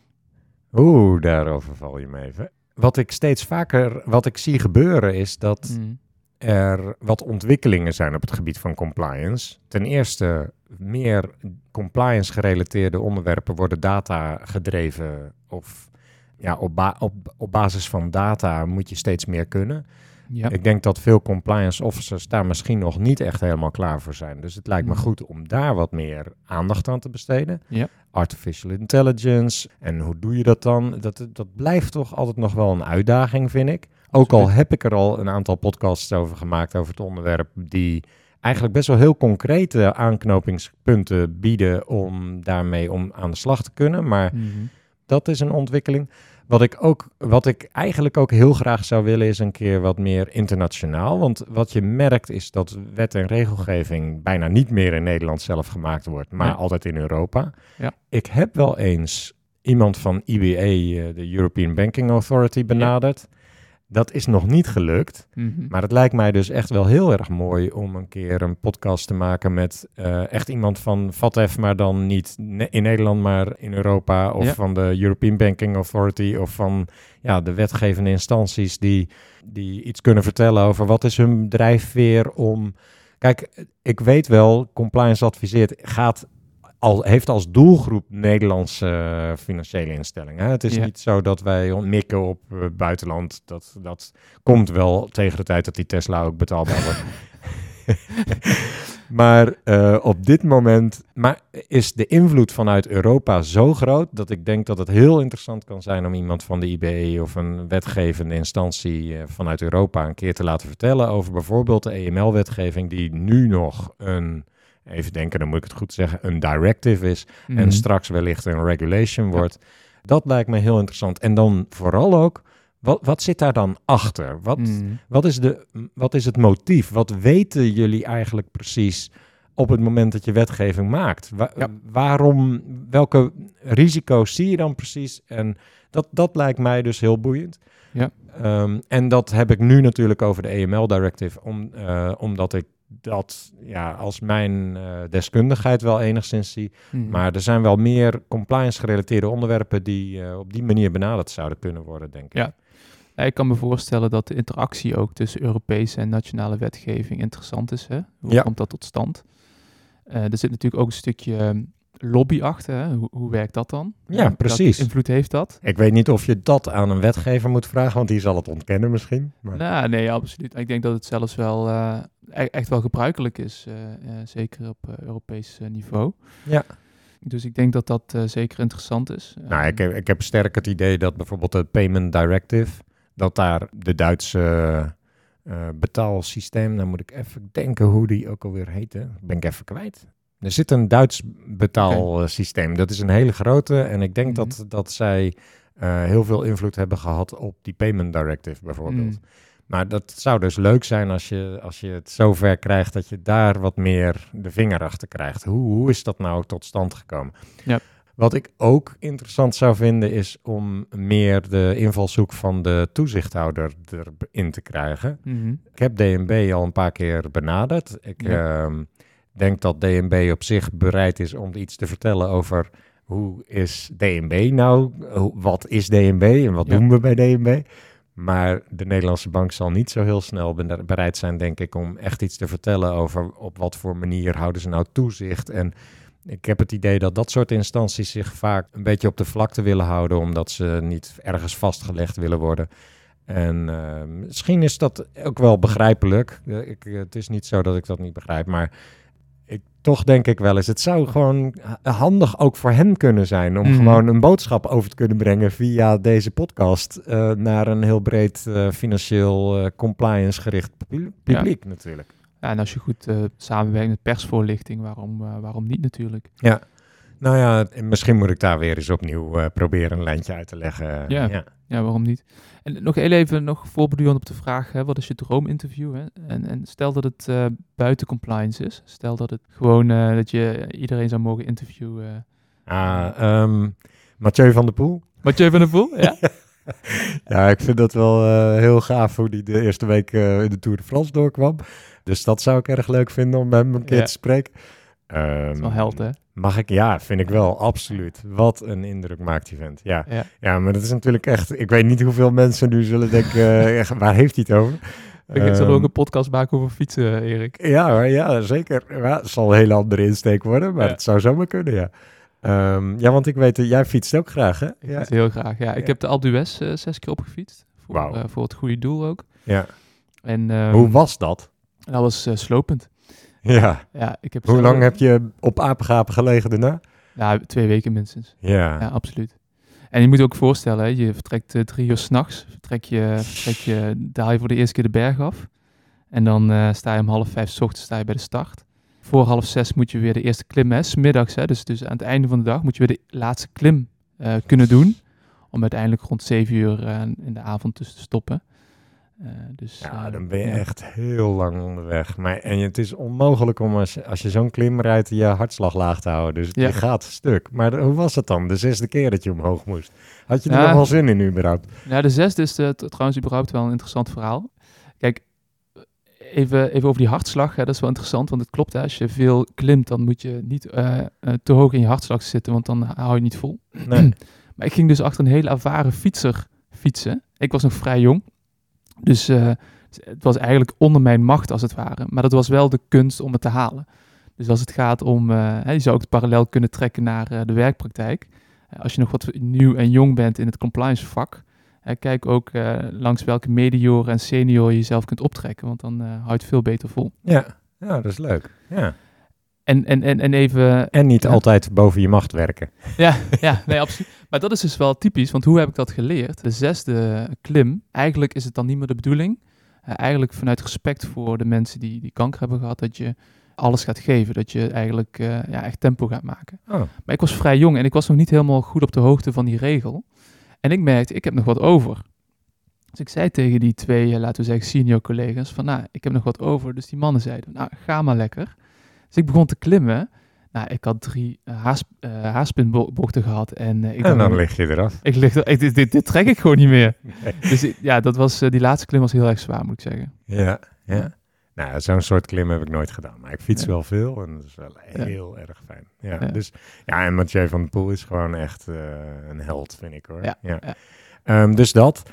Oeh, daarover val je me even. Wat ik steeds vaker, wat ik zie gebeuren is dat Mm. er wat ontwikkelingen zijn op het gebied van compliance. Ten eerste, meer compliance-gerelateerde onderwerpen worden data gedreven. Of ja, op, ba- op, op basis van data moet je steeds meer kunnen. Ja. Ik denk dat veel compliance officers daar misschien nog niet echt helemaal klaar voor zijn. Dus het lijkt me Mhm. goed om daar wat meer aandacht aan te besteden. Ja. Artificial intelligence. En hoe doe je dat dan? Dat, dat blijft toch altijd nog wel een uitdaging, vind ik. Ook al Absoluut. heb ik er al een aantal podcasts over gemaakt over het onderwerp die eigenlijk best wel heel concrete aanknopingspunten bieden om daarmee om aan de slag te kunnen. Maar Mhm. dat is een ontwikkeling. Wat ik, ook, wat ik eigenlijk ook heel graag zou willen is een keer wat meer internationaal. Want wat je merkt is dat wet en regelgeving bijna niet meer in Nederland zelf gemaakt wordt, maar Nee. altijd in Europa. Ja. Ik heb wel eens iemand van I B A, eh, de European Banking Authority, benaderd. Dat is nog niet gelukt. Mhm. Maar het lijkt mij dus echt wel heel erg mooi om een keer een podcast te maken met uh, echt iemand van V A T F, maar dan niet ne- in Nederland, maar in Europa. Of Ja. van de European Banking Authority of van ja, de wetgevende instanties die, die iets kunnen vertellen over wat is hun drijfveer om... Kijk, ik weet wel, compliance adviseert gaat al, heeft als doelgroep Nederlandse uh, financiële instellingen. Hè? Het is Ja. niet zo dat wij mikken op uh, buitenland. Dat, dat komt wel tegen de tijd dat die Tesla ook betaalbaar wordt. Maar uh, op dit moment maar is de invloed vanuit Europa zo groot dat ik denk dat het heel interessant kan zijn om iemand van de I B E of een wetgevende instantie uh, vanuit Europa een keer te laten vertellen over bijvoorbeeld de E M L-wetgeving die nu nog een, even denken, dan moet ik het goed zeggen, een directive is mm-hmm. en straks wellicht een regulation wordt. Ja. Dat lijkt me heel interessant. En dan vooral ook, Wat, wat zit daar dan achter? Wat, mm. wat, is de, wat is het motief? Wat weten jullie eigenlijk precies op het moment dat je wetgeving maakt? Wa- ja. Waarom, welke risico's zie je dan precies? En dat, dat lijkt mij dus heel boeiend. Ja. Um, en dat heb ik nu natuurlijk over de E M L-directive, om, uh, omdat ik dat ja, als mijn uh, deskundigheid wel enigszins zie. Mm. Maar er zijn wel meer compliance-gerelateerde onderwerpen die uh, op die manier benaderd zouden kunnen worden, denk ik. Ja. Ja, ik kan me voorstellen dat de interactie ook tussen Europese en nationale wetgeving interessant is. Hè? Hoe ja. komt dat tot stand? Uh, er zit natuurlijk ook een stukje lobby achter. Hè? Hoe, hoe werkt dat dan? Ja, uh, precies. Welke invloed heeft dat? Ik weet niet of je dat aan een wetgever moet vragen, want die zal het ontkennen misschien. Maar... Nou, nee, absoluut. Ik denk dat het zelfs wel uh, e- echt wel gebruikelijk is, uh, uh, zeker op uh, Europees uh, niveau. Ja. Dus ik denk dat dat uh, zeker interessant is. Nou, ik heb, ik heb sterk het idee dat bijvoorbeeld het Payment Directive, dat daar de Duitse uh, betaalsysteem, dan moet ik even denken hoe die ook alweer heette, ben ik even kwijt. Er zit een Duits betaalsysteem, okay. Dat is een hele grote en ik denk mm-hmm. dat, dat zij uh, heel veel invloed hebben gehad op die Payment Directive bijvoorbeeld. Mm. Maar dat zou dus leuk zijn als je, als je het zover krijgt dat je daar wat meer de vinger achter krijgt. Hoe, hoe is dat nou tot stand gekomen? Ja. Wat ik ook interessant zou vinden is om meer de invalshoek van de toezichthouder erin te krijgen. Mm-hmm. Ik heb D N B al een paar keer benaderd. Ik ja. uh, denk dat D N B op zich bereid is om iets te vertellen over hoe is D N B nou, wat is D N B en wat ja. doen we bij D N B. Maar de Nederlandse bank zal niet zo heel snel bereid zijn, denk ik, om echt iets te vertellen over op wat voor manier houden ze nou toezicht. En ik heb het idee dat dat soort instanties zich vaak een beetje op de vlakte willen houden, omdat ze niet ergens vastgelegd willen worden. En uh, misschien is dat ook wel begrijpelijk. Ik, het is niet zo dat ik dat niet begrijp, maar ik, toch denk ik wel eens, het zou gewoon handig ook voor hen kunnen zijn om mm. gewoon een boodschap over te kunnen brengen via deze podcast uh, naar een heel breed uh, financieel uh, compliance gericht publiek ja. natuurlijk. Ja, en als je goed uh, samenwerkt met persvoorlichting, waarom, uh, waarom niet natuurlijk? Ja, nou ja, misschien moet ik daar weer eens opnieuw uh, proberen een lijntje uit te leggen. Ja, ja. ja waarom niet? En nog heel even nog voorbeduurend op de vraag, hè, wat is je droominterview? Hè? En, en stel dat het uh, buiten compliance is. Stel dat het gewoon, uh, dat je iedereen zou mogen interviewen. Ah, um, Mathieu van der Poel. Mathieu van der Poel, ja. Ja, ik vind dat wel uh, heel gaaf hoe die de eerste week uh, in de Tour de France doorkwam. Dus dat zou ik erg leuk vinden om met hem een keer ja. te spreken. Um, dat is wel held, hè? Mag ik? Ja, vind ik wel, absoluut. Wat een indruk maakt die vent. Ja. Ja. ja, maar dat is natuurlijk echt... Ik weet niet hoeveel mensen nu zullen denken, uh, waar heeft hij het over? Ik um, zal ook een podcast maken over fietsen, Erik. Ja, ja, zeker. Ja, het zal een hele andere insteek worden, maar ja. het zou zomaar kunnen, ja. Um, ja, want ik weet, uh, jij fietst ook graag, hè? Ik fiets heel graag, ja. Ik ja. heb de Alpe d'Huez uh, zes keer opgefietst. Voor, wow. uh, voor het goede doel ook. Ja. En, um, hoe was dat? Dat was uh, slopend. Ja. ja ik heb Hoe zo... lang heb je op apengapen gelegen daarna? Ja, twee weken minstens. Ja. Ja, absoluut. En je moet je ook voorstellen, hè, je vertrekt uh, drie uur s'nachts, vertrek je, vertrek je, daal je voor de eerste keer de berg af. En dan uh, sta je om half vijf 's ochtends sta je bij de start. Voor half zes moet je weer de eerste klim, hè, 's middags, hè, dus, dus aan het einde van de dag moet je weer de laatste klim uh, kunnen doen. Om uiteindelijk rond zeven uur uh, in de avond dus te stoppen. Uh, dus, ja, uh, dan ben je ja. echt heel lang onderweg. Maar, en het is onmogelijk om als je, als je zo'n klim rijdt je hartslag laag te houden. Dus ja. je gaat stuk. Maar de, hoe was het dan? De zesde keer dat je omhoog moest. Had je er ja. nog wel zin in überhaupt? Ja, de zesde is de, trouwens überhaupt wel een interessant verhaal. Kijk, even, even over die hartslag. Hè, dat is wel interessant, want het klopt. Hè, als je veel klimt, dan moet je niet uh, uh, te hoog in je hartslag zitten, want dan hou je niet vol. Nee. Maar ik ging dus achter een hele ervaren fietser fietsen. Ik was nog vrij jong. Dus uh, het was eigenlijk onder mijn macht als het ware. Maar dat was wel de kunst om het te halen. Dus als het gaat om, uh, hè, je zou ook het parallel kunnen trekken naar uh, de werkpraktijk. Uh, als je nog wat nieuw en jong bent in het compliance vak, uh, kijk ook uh, langs welke medior en senior je jezelf kunt optrekken, want dan uh, hou je het veel beter vol. Ja, ja, dat is leuk. Ja. En, en, en, en even... En niet ja. altijd boven je macht werken. Ja, ja, nee, absoluut. Maar dat is dus wel typisch, want hoe heb ik dat geleerd? De zesde klim, eigenlijk is het dan niet meer de bedoeling. Uh, eigenlijk vanuit respect voor de mensen die, die kanker hebben gehad, dat je alles gaat geven. Dat je eigenlijk uh, ja, echt tempo gaat maken. Oh. Maar ik was vrij jong en ik was nog niet helemaal goed op de hoogte van die regel. En ik merkte, ik heb nog wat over. Dus ik zei tegen die twee, uh, laten we zeggen, senior collega's, van nou, ik heb nog wat over. Dus die mannen zeiden, nou, ga maar lekker. Dus ik begon te klimmen. Nou, ik had drie uh, haasp, uh, haarspinbochten gehad. En, uh, ik en dan dacht, lig je eraf. Ik lig er, ik, dit, dit, dit trek ik gewoon niet meer. Nee. Dus ik, ja, dat was, uh, die laatste klim was heel erg zwaar, moet ik zeggen. Ja, ja. Ja. Nou, zo'n soort klim heb ik nooit gedaan. Maar ik fiets Ja. wel veel en dat is wel heel Ja. erg fijn. Ja, Ja. Dus, ja, en Mathieu van der Poel is gewoon echt uh, een held, vind ik hoor. Ja, Ja. ja. Um, dus dat.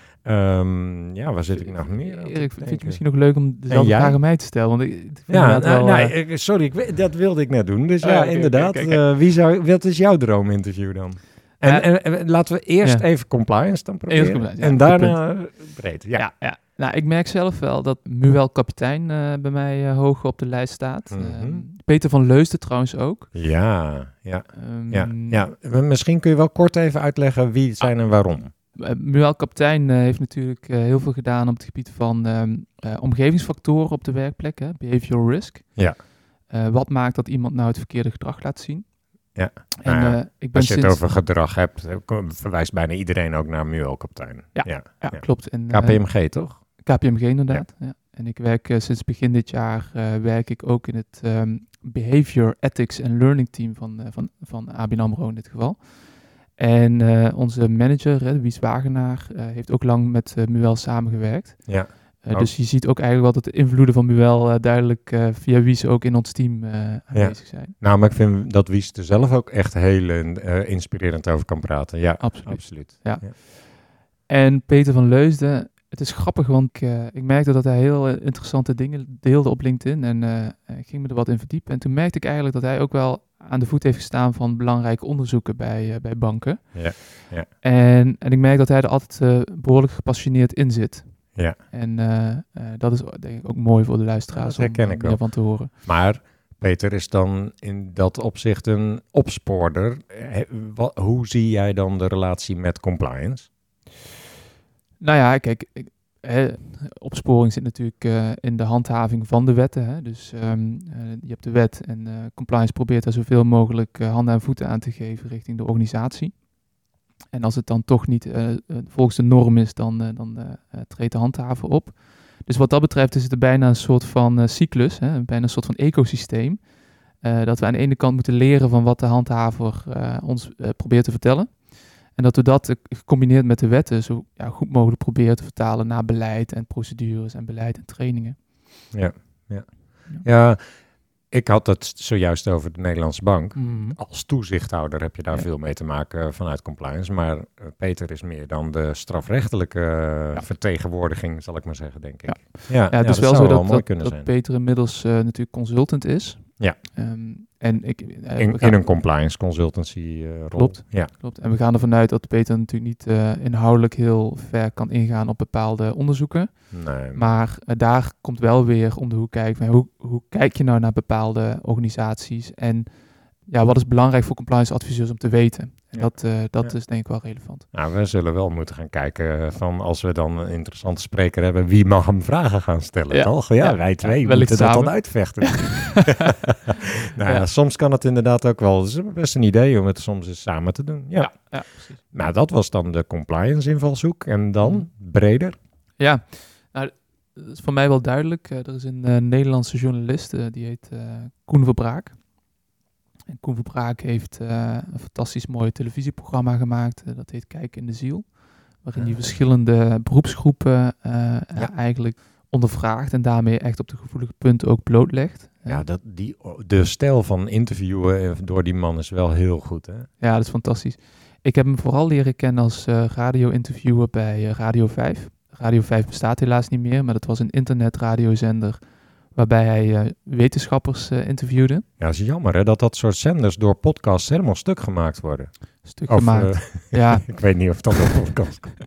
Um, ja, waar zit ik nog meer aan te Erik, vind je denken? het misschien nog leuk om dezelfde En jij? vraag aan mij te stellen? Want ik, ik vind Ja, inderdaad nou, wel... nou, uh, ik- sorry, ik, weet- dat wilde ik net doen. Dus Oh, ja, oké, inderdaad. oké, oké. Uh, wie zou, wat is jouw droominterview dan? En, Ja. en, en laten we eerst Ja. even compliance dan proberen. Eerst compliance, ja, en goed daarna breed. Ja. ja. ja, Nou, ik merk zelf wel dat Muel Kapitein uh, bij mij uh, hoog op de lijst staat. Mhm. Uh, Peter van Leusden trouwens ook. Ja, ja, Um, ja, ja. Misschien kun je wel kort even uitleggen wie het zijn en waarom. Uh, Muel Kapitein uh, heeft natuurlijk uh, heel veel gedaan op het gebied van um, uh, omgevingsfactoren op de werkplek, hè, behavioral risk. Ja. Uh, wat maakt dat iemand nou het verkeerde gedrag laat zien? Ja. En, Nou ja, uh, ik ben Als je het sinds... over gedrag hebt, eh, kom- verwijst bijna iedereen ook naar Muel Kapitein. Ja, ja. Ja, ja. klopt. En, uh, K P M G toch? K P M G inderdaad. Ja. Ja. En ik werk uh, sinds begin dit jaar uh, werk ik ook in het um, Behavior Ethics and Learning Team van, uh, van, van A B N AMRO in dit geval. En uh, onze manager, uh, Wies Wagenaar, uh, heeft ook lang met uh, Muel samengewerkt. Ja. Uh, Oh. Dus je ziet ook eigenlijk wel dat de invloeden van Muel uh, duidelijk uh, via Wies ook in ons team uh, aanwezig zijn. Nou, maar ik vind dat Wies er zelf ook echt heel uh, inspirerend over kan praten. Ja, Absoluut. absoluut. Ja. En Peter van Leusden, het is grappig, want ik, uh, ik merkte dat hij heel uh, interessante dingen deelde op LinkedIn. En uh, ik ging me er wat in verdiepen. En toen merkte ik eigenlijk dat hij ook wel aan de voet heeft gestaan van belangrijke onderzoeken bij, uh, bij banken. Ja, ja. En, en ik merk dat hij er altijd uh, behoorlijk gepassioneerd in zit. Ja. En uh, uh, dat is denk ik ook mooi voor de luisteraars Ja, dat herken om ik meer ook. van te horen. Maar Peter is dan in dat opzicht een opsporer. He, wat, hoe zie jij dan de relatie met compliance? Nou ja, kijk, ik, hè, opsporing zit natuurlijk uh, in de handhaving van de wetten. Hè? Dus um, uh, je hebt de wet en uh, compliance probeert daar zoveel mogelijk uh, handen en voeten aan te geven richting de organisatie. En als het dan toch niet uh, uh, volgens de norm is, dan, uh, dan uh, uh, treedt de handhaver op. Dus wat dat betreft is het er bijna een soort van uh, cyclus, hè? Bijna een soort van ecosysteem. Uh, dat we aan de ene kant moeten leren van wat de handhaver uh, ons uh, probeert te vertellen. En dat we dat uh, gecombineerd met de wetten zo ja, goed mogelijk proberen te vertalen naar beleid en procedures en beleid en trainingen. Ja, ja. ja ik had het zojuist over de Nederlandse Bank. Mm. Als toezichthouder heb je daar Ja. veel mee te maken vanuit compliance. Maar uh, Peter is meer dan de strafrechtelijke uh, Ja. vertegenwoordiging, zal ik maar zeggen, denk ik. Ja. Ja, Ja, het is dat wel zou zo dat, mooi dat, kunnen dat zijn. Peter inmiddels uh, natuurlijk consultant is. Ja. Um, en ik, uh, In, we gaan- in een compliance consultancy uh, rol. Klopt. Ja. Klopt. En we gaan ervan uit dat Peter natuurlijk niet uh, inhoudelijk heel ver kan ingaan op bepaalde onderzoeken. Nee, Maar uh, daar komt wel weer om de hoek kijken. Hoe, hoe kijk je nou naar bepaalde organisaties? En ja, wat is belangrijk voor compliance adviseurs om te weten? En Ja. dat, uh, dat Ja. is denk ik wel relevant. Nou, we zullen wel moeten gaan kijken van als we dan een interessante spreker hebben, wie mag hem vragen gaan stellen, Ja. toch? Ja, Ja. wij twee Ja, wellicht moeten dat samen. dan uitvechten. nou ja, Ja. soms kan het inderdaad ook wel. Het is best een idee om het soms eens samen te doen. Ja. Ja, ja, precies. Nou, dat was dan de compliance invalshoek. En dan Mhm. breder. Ja, nou, dat is voor mij wel duidelijk. Uh, er is een uh, Nederlandse journalist, uh, die heet uh, Koen Verbraak. En Koen Verbraak heeft uh, een fantastisch mooi televisieprogramma gemaakt. Uh, dat heet Kijk in de Ziel. Waarin hij Ah. verschillende beroepsgroepen uh, Ja. uh, eigenlijk ondervraagt. En daarmee echt op de gevoelige punten ook blootlegt. Ja, dat, die, de stijl van interviewen door die man is wel heel goed, hè? Ja, dat is fantastisch. Ik heb hem vooral leren kennen als uh, radio-interviewer bij uh, Radio vijf. Radio vijf bestaat helaas niet meer, maar dat was een internetradiozender waarbij hij uh, wetenschappers uh, interviewde. Ja, dat is jammer hè, dat dat soort zenders door podcasts helemaal stuk gemaakt worden. Stuk of, gemaakt, uh, ja. Ik weet niet of dat op podcast komt.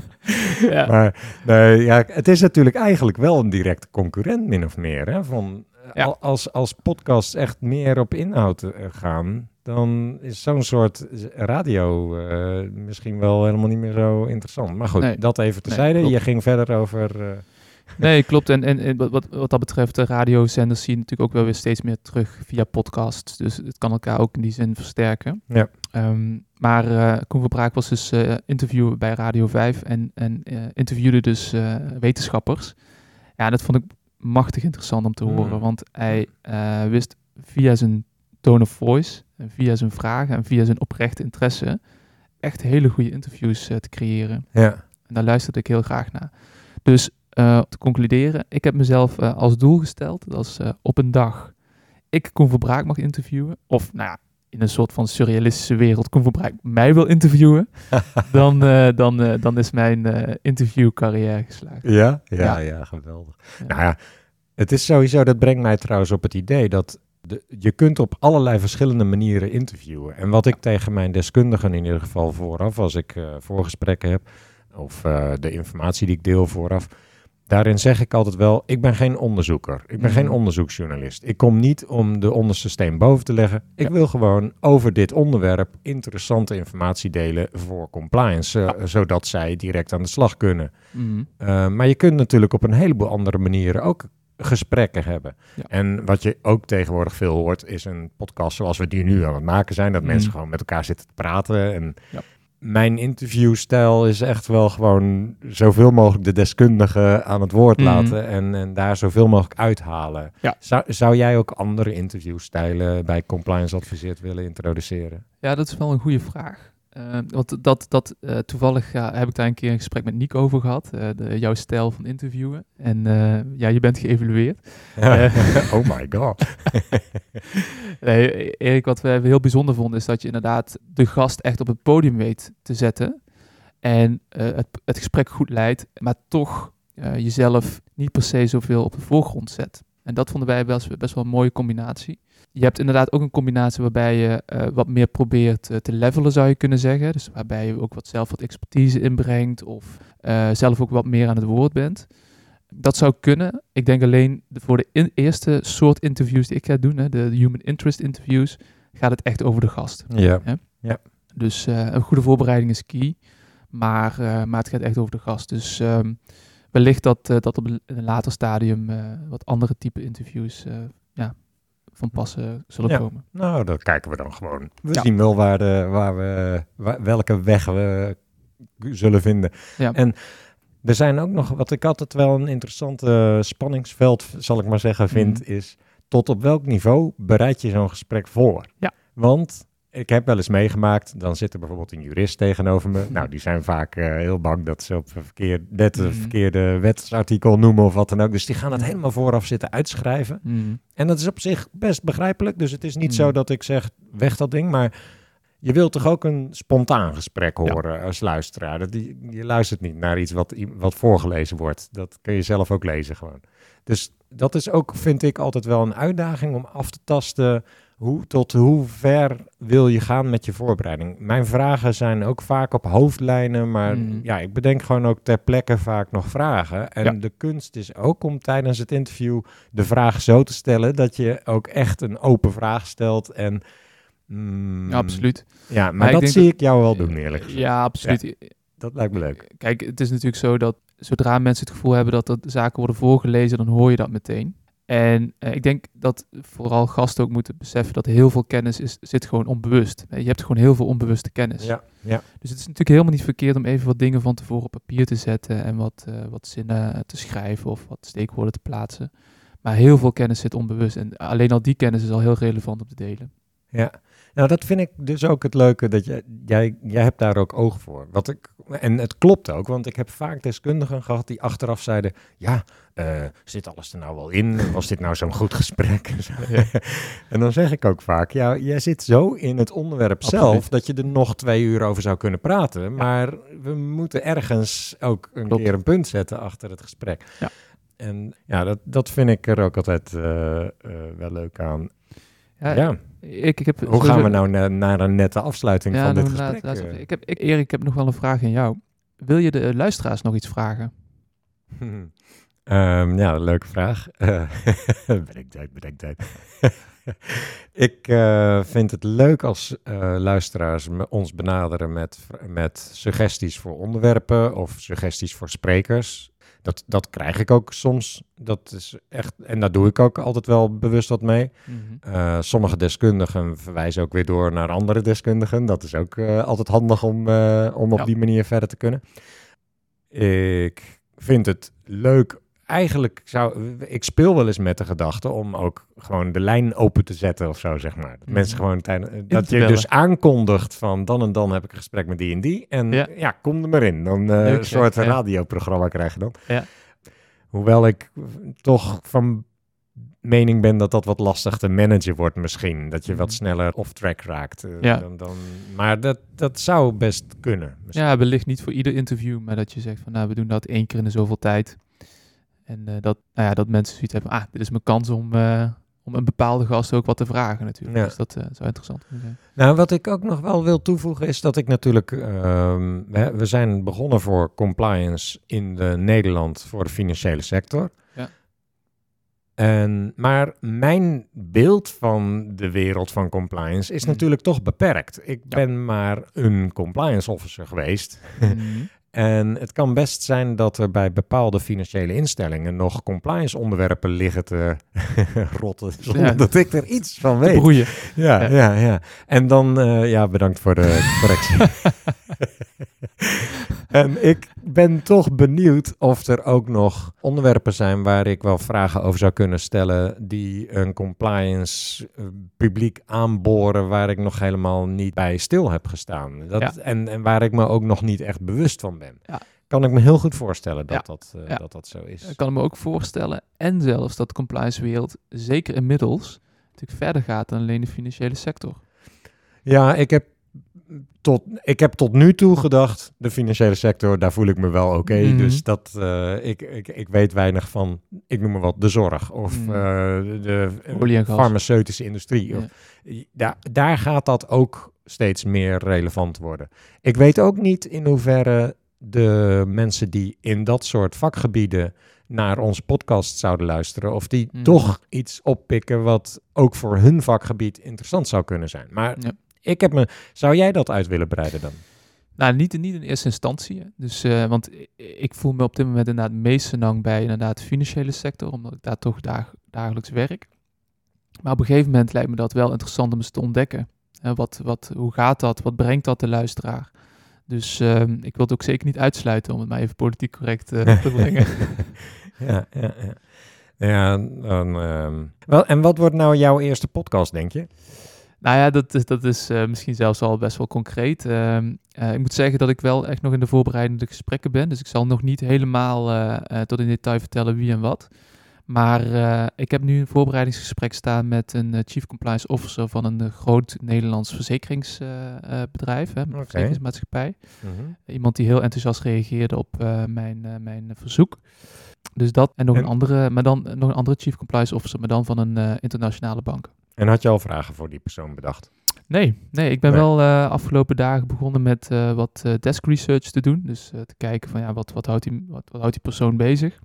ja. Maar nee, ja, het is natuurlijk eigenlijk wel een directe concurrent min of meer. Hè, van, ja. als, als podcasts echt meer op inhoud uh, gaan, dan is zo'n soort radio uh, misschien wel helemaal niet meer zo interessant. Maar goed, nee. dat even terzijde. Nee, je ging verder over... Uh... Nee, klopt. En, en, en wat, wat dat betreft, de radiozenders zie je natuurlijk ook wel weer steeds meer terug via podcasts. Dus het kan elkaar ook in die zin versterken. Ja. Um, maar uh, Koen Verbraak was dus uh, interviewer bij Radio vijf en, en uh, interviewde dus uh, wetenschappers. Ja, dat vond ik machtig interessant om te mm. horen, want hij uh, wist via zijn tone of voice, en via zijn vragen en via zijn oprechte interesse echt hele goede interviews uh, te creëren. Ja. En daar luisterde ik heel graag naar. Dus uh, te concluderen, ik heb mezelf uh, als doel gesteld, dat is uh, op een dag ik Koen Verbraak mag interviewen, of nou ja, in een soort van surrealistische wereld Koen Verbraak mij wil interviewen, dan, uh, dan, uh, dan is mijn uh, interviewcarrière geslaagd. Ja? Ja, ja, ja geweldig. Ja. Nou ja, het is sowieso, dat brengt mij trouwens op het idee dat de, je kunt op allerlei verschillende manieren interviewen. En wat ik ja. tegen mijn deskundigen in ieder geval vooraf, als ik uh, voorgesprekken heb, of uh, de informatie die ik deel vooraf, daarin zeg ik altijd wel, ik ben geen onderzoeker. Ik ben mm-hmm. geen onderzoeksjournalist. Ik kom niet om de onderste steen boven te leggen. Ik ja. wil gewoon over dit onderwerp interessante informatie delen voor compliance, ja. uh, zodat zij direct aan de slag kunnen. Mm-hmm. Uh, maar je kunt natuurlijk op een heleboel andere manieren ook gesprekken hebben. Ja. En wat je ook tegenwoordig veel hoort, is een podcast zoals we die nu aan het maken zijn, dat mm-hmm. mensen gewoon met elkaar zitten te praten en... Ja. Mijn interviewstijl is echt wel gewoon zoveel mogelijk de deskundige aan het woord mm-hmm. laten en, en daar zoveel mogelijk uithalen. Ja. Zou, zou jij ook andere interviewstijlen bij Compliance Adviseert willen introduceren? Ja, dat is wel een goede vraag. Uh, want dat, dat uh, toevallig uh, heb ik daar een keer een gesprek met Nick over gehad. Uh, de, jouw stijl van interviewen. En uh, ja, je bent geëvalueerd. Ja. Uh, oh my god. nee, Erik, wat we heel bijzonder vonden is dat je inderdaad de gast echt op het podium weet te zetten. En uh, het, het gesprek goed leidt, maar toch uh, jezelf niet per se zoveel op de voorgrond zet. En dat vonden wij best, best wel een mooie combinatie. Je hebt inderdaad ook een combinatie waarbij je uh, wat meer probeert uh, te levelen, zou je kunnen zeggen. Dus waarbij je ook wat zelf wat expertise inbrengt of uh, zelf ook wat meer aan het woord bent. Dat zou kunnen. Ik denk alleen de, voor de in, eerste soort interviews die ik ga doen, hè, de human interest interviews, gaat het echt over de gast. Ja. Hè? Ja. Dus uh, een goede voorbereiding is key, maar, uh, maar het gaat echt over de gast. Dus um, wellicht dat, uh, dat op een later stadium uh, wat andere type interviews uh, ja, van passen zullen ja. komen. Nou, dat kijken we dan gewoon. We ja. zien wel waar de, waar we, waar, welke weg we zullen vinden. Ja. En er zijn ook nog, wat ik altijd wel een interessante spanningsveld, zal ik maar zeggen, vind, mm. is tot op welk niveau bereid je zo'n gesprek voor? Ja. Want ik heb wel eens meegemaakt, dan zit er bijvoorbeeld een jurist tegenover me. Nou, die zijn vaak uh, heel bang dat ze op verkeerd, net een mm. verkeerde wetsartikel noemen of wat dan ook. Dus die gaan het helemaal vooraf zitten uitschrijven. Mm. En dat is op zich best begrijpelijk. Dus het is niet mm. zo dat ik zeg, weg dat ding, maar je wilt toch ook een spontaan gesprek horen ja. als luisteraar. Dat die, je luistert niet naar iets wat, wat voorgelezen wordt. Dat kun je zelf ook lezen gewoon. Dus dat is ook, vind ik, altijd wel een uitdaging om af te tasten. Hoe, tot hoe ver wil je gaan met je voorbereiding? Mijn vragen zijn ook vaak op hoofdlijnen, maar mm. ja, ik bedenk gewoon ook ter plekke vaak nog vragen. En ja. de kunst is ook om tijdens het interview de vraag zo te stellen dat je ook echt een open vraag stelt en... Mm, ja, absoluut. Ja, maar, maar dat ik zie dat, ik jou wel doen, eerlijk gezegd. Ja, absoluut. Ja, dat lijkt me leuk. Kijk, het is natuurlijk zo dat zodra mensen het gevoel hebben dat er zaken worden voorgelezen, dan hoor je dat meteen. En uh, ik denk dat vooral gasten ook moeten beseffen dat heel veel kennis is, zit gewoon onbewust. Je hebt gewoon heel veel onbewuste kennis. Ja, ja. Dus het is natuurlijk helemaal niet verkeerd om even wat dingen van tevoren op papier te zetten en wat, uh, wat zinnen te schrijven of wat steekwoorden te plaatsen. Maar heel veel kennis zit onbewust en alleen al die kennis is al heel relevant om te delen. Ja, nou dat vind ik dus ook het leuke, dat jij, jij, jij hebt daar ook oog voor. Wat ik, en het klopt ook, want ik heb vaak deskundigen gehad die achteraf zeiden, ja, uh, zit alles er nou wel in? Was dit nou zo'n goed gesprek? Ja. En dan zeg ik ook vaak, ja, jij zit zo in het onderwerp Absoluut. zelf, dat je er nog twee uur over zou kunnen praten. Ja. Maar we moeten ergens ook een Klopt. keer een punt zetten achter het gesprek. Ja. en ja, dat, dat vind ik er ook altijd uh, uh, wel leuk aan. Ja, ja. Ik, ik heb Hoe sowieso... gaan we nou na, naar een nette afsluiting ja, van dit laat, gesprek? laat, laat, ik heb, ik, Erik, ik heb nog wel een vraag aan jou. Wil je de luisteraars nog iets vragen? um, ja, een leuke vraag. Uh, bedenktijd, bedenktijd. Ik uh, vind het leuk als uh, luisteraars me, ons benaderen met, met suggesties voor onderwerpen of suggesties voor sprekers. Dat, dat krijg ik ook soms. Dat is echt, en daar doe ik ook altijd wel bewust wat mee. Mm-hmm. Uh, sommige deskundigen verwijzen ook weer door naar andere deskundigen. Dat is ook uh, altijd handig om, uh, om op ja. die manier verder te kunnen. Ik vind het leuk. Eigenlijk zou ik speel wel eens met de gedachte om ook gewoon de lijn open te zetten of zo, zeg maar. Dat mm-hmm. mensen gewoon tijdens, dat je dus aankondigt van dan en dan heb ik een gesprek met die en die. En ja, ja kom er maar in. Dan uh, leuk, een soort ja. radioprogramma krijg je dan. Ja. Hoewel ik toch van mening ben dat dat wat lastig te managen wordt misschien. Dat je wat sneller off-track raakt. Uh, ja. dan, dan, maar dat, dat zou best kunnen. Misschien. Ja, wellicht niet voor ieder interview, maar dat je zegt van nou, we doen dat één keer in de zoveel tijd. En uh, dat, nou ja, dat mensen zoiets hebben, ah, dit is mijn kans om, uh, om een bepaalde gast ook wat te vragen natuurlijk. Ja. Dus dat uh, zou interessant kunnen zijn. Nou, wat ik ook nog wel wil toevoegen is dat ik natuurlijk, uh, we, we zijn begonnen voor compliance in de Nederland voor de financiële sector. Ja. En, maar mijn beeld van de wereld van compliance is mm. natuurlijk toch beperkt. Ik ja. ben maar een compliance officer geweest. Mm. En het kan best zijn dat er bij bepaalde financiële instellingen nog compliance onderwerpen liggen te rotten, zonder ja. dat ik er iets van weet. Te broeien. Ja, ja, ja, ja. En dan, uh, ja, bedankt voor de correctie. En ik ben toch benieuwd of er ook nog onderwerpen zijn waar ik wel vragen over zou kunnen stellen die een compliance uh, publiek aanboren waar ik nog helemaal niet bij stil heb gestaan. Dat, ja. en, en waar ik me ook nog niet echt bewust van ben. Ja. Kan ik me heel goed voorstellen dat, ja. dat, uh, ja. dat dat zo is. Ik kan me ook voorstellen en zelfs dat de compliance wereld zeker inmiddels natuurlijk verder gaat dan alleen de financiële sector. Ja, ik heb Tot, ik heb tot nu toe gedacht, de financiële sector, daar voel ik me wel oké. Okay. Mm-hmm. Dus dat, uh, ik, ik, ik weet weinig van, ik noem maar wat, de zorg of mm. uh, de uh, farmaceutische industrie. Ja. Of, da, daar gaat dat ook steeds meer relevant worden. Ik weet ook niet in hoeverre de mensen die in dat soort vakgebieden naar onze podcast zouden luisteren, of die mm. toch iets oppikken wat ook voor hun vakgebied interessant zou kunnen zijn. Maar ja. Ik heb me, zou jij dat uit willen breiden dan? Nou, niet, niet in eerste instantie. Dus, uh, want ik voel me op dit moment inderdaad meest senang bij inderdaad de financiële sector, omdat ik daar toch dag, dagelijks werk. Maar op een gegeven moment lijkt me dat wel interessant om eens te ontdekken. Uh, wat, wat, hoe gaat dat? Wat brengt dat de luisteraar? Dus uh, ik wil het ook zeker niet uitsluiten, om het maar even politiek correct uh, te brengen. ja, ja, ja. ja dan, uh, wel, en wat wordt nou jouw eerste podcast, denk je? Nou ja, dat is, dat is uh, misschien zelfs al best wel concreet. Uh, uh, ik moet zeggen dat ik wel echt nog in de voorbereidende gesprekken ben. Dus ik zal nog niet helemaal uh, uh, tot in detail vertellen wie en wat. Maar uh, ik heb nu een voorbereidingsgesprek staan met een uh, Chief Compliance Officer van een uh, groot Nederlands verzekeringsbedrijf, uh, uh, een okay. verzekeringsmaatschappij. Mm-hmm. Iemand die heel enthousiast reageerde op uh, mijn, uh, mijn verzoek. Dus dat en nog en... een andere, maar dan nog een andere Chief Compliance Officer, maar dan van een uh, internationale bank. En had je al vragen voor die persoon bedacht? Nee, nee ik ben nee. wel uh, afgelopen dagen begonnen met uh, wat uh, desk research te doen. Dus uh, te kijken van ja, wat, wat, houdt die, wat, wat houdt die persoon bezig.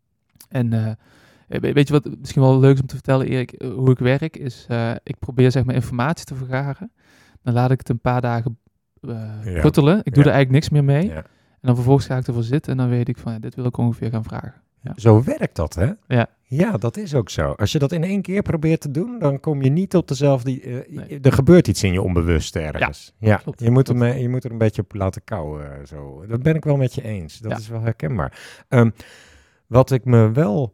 En uh, weet je wat misschien wel leuk is om te vertellen, Erik, uh, hoe ik werk is, uh, ik probeer zeg maar informatie te vergaren. Dan laat ik het een paar dagen uh, ja. puttelen. Ik doe ja. er eigenlijk niks meer mee. Ja. En dan vervolgens ga ik ervoor zitten en dan weet ik van ja, dit wil ik ongeveer gaan vragen. Ja. Zo werkt dat, hè? Ja. Ja, dat is ook zo. Als je dat in één keer probeert te doen, dan kom je niet tot dezelfde... Uh, nee. Er gebeurt iets in je onbewust ergens. Ja, ja. Klopt, je, moet klopt. Er, je moet er een beetje op laten kauwen. Zo. Dat ben ik wel met je eens. Dat ja. is wel herkenbaar. Um, wat ik me wel...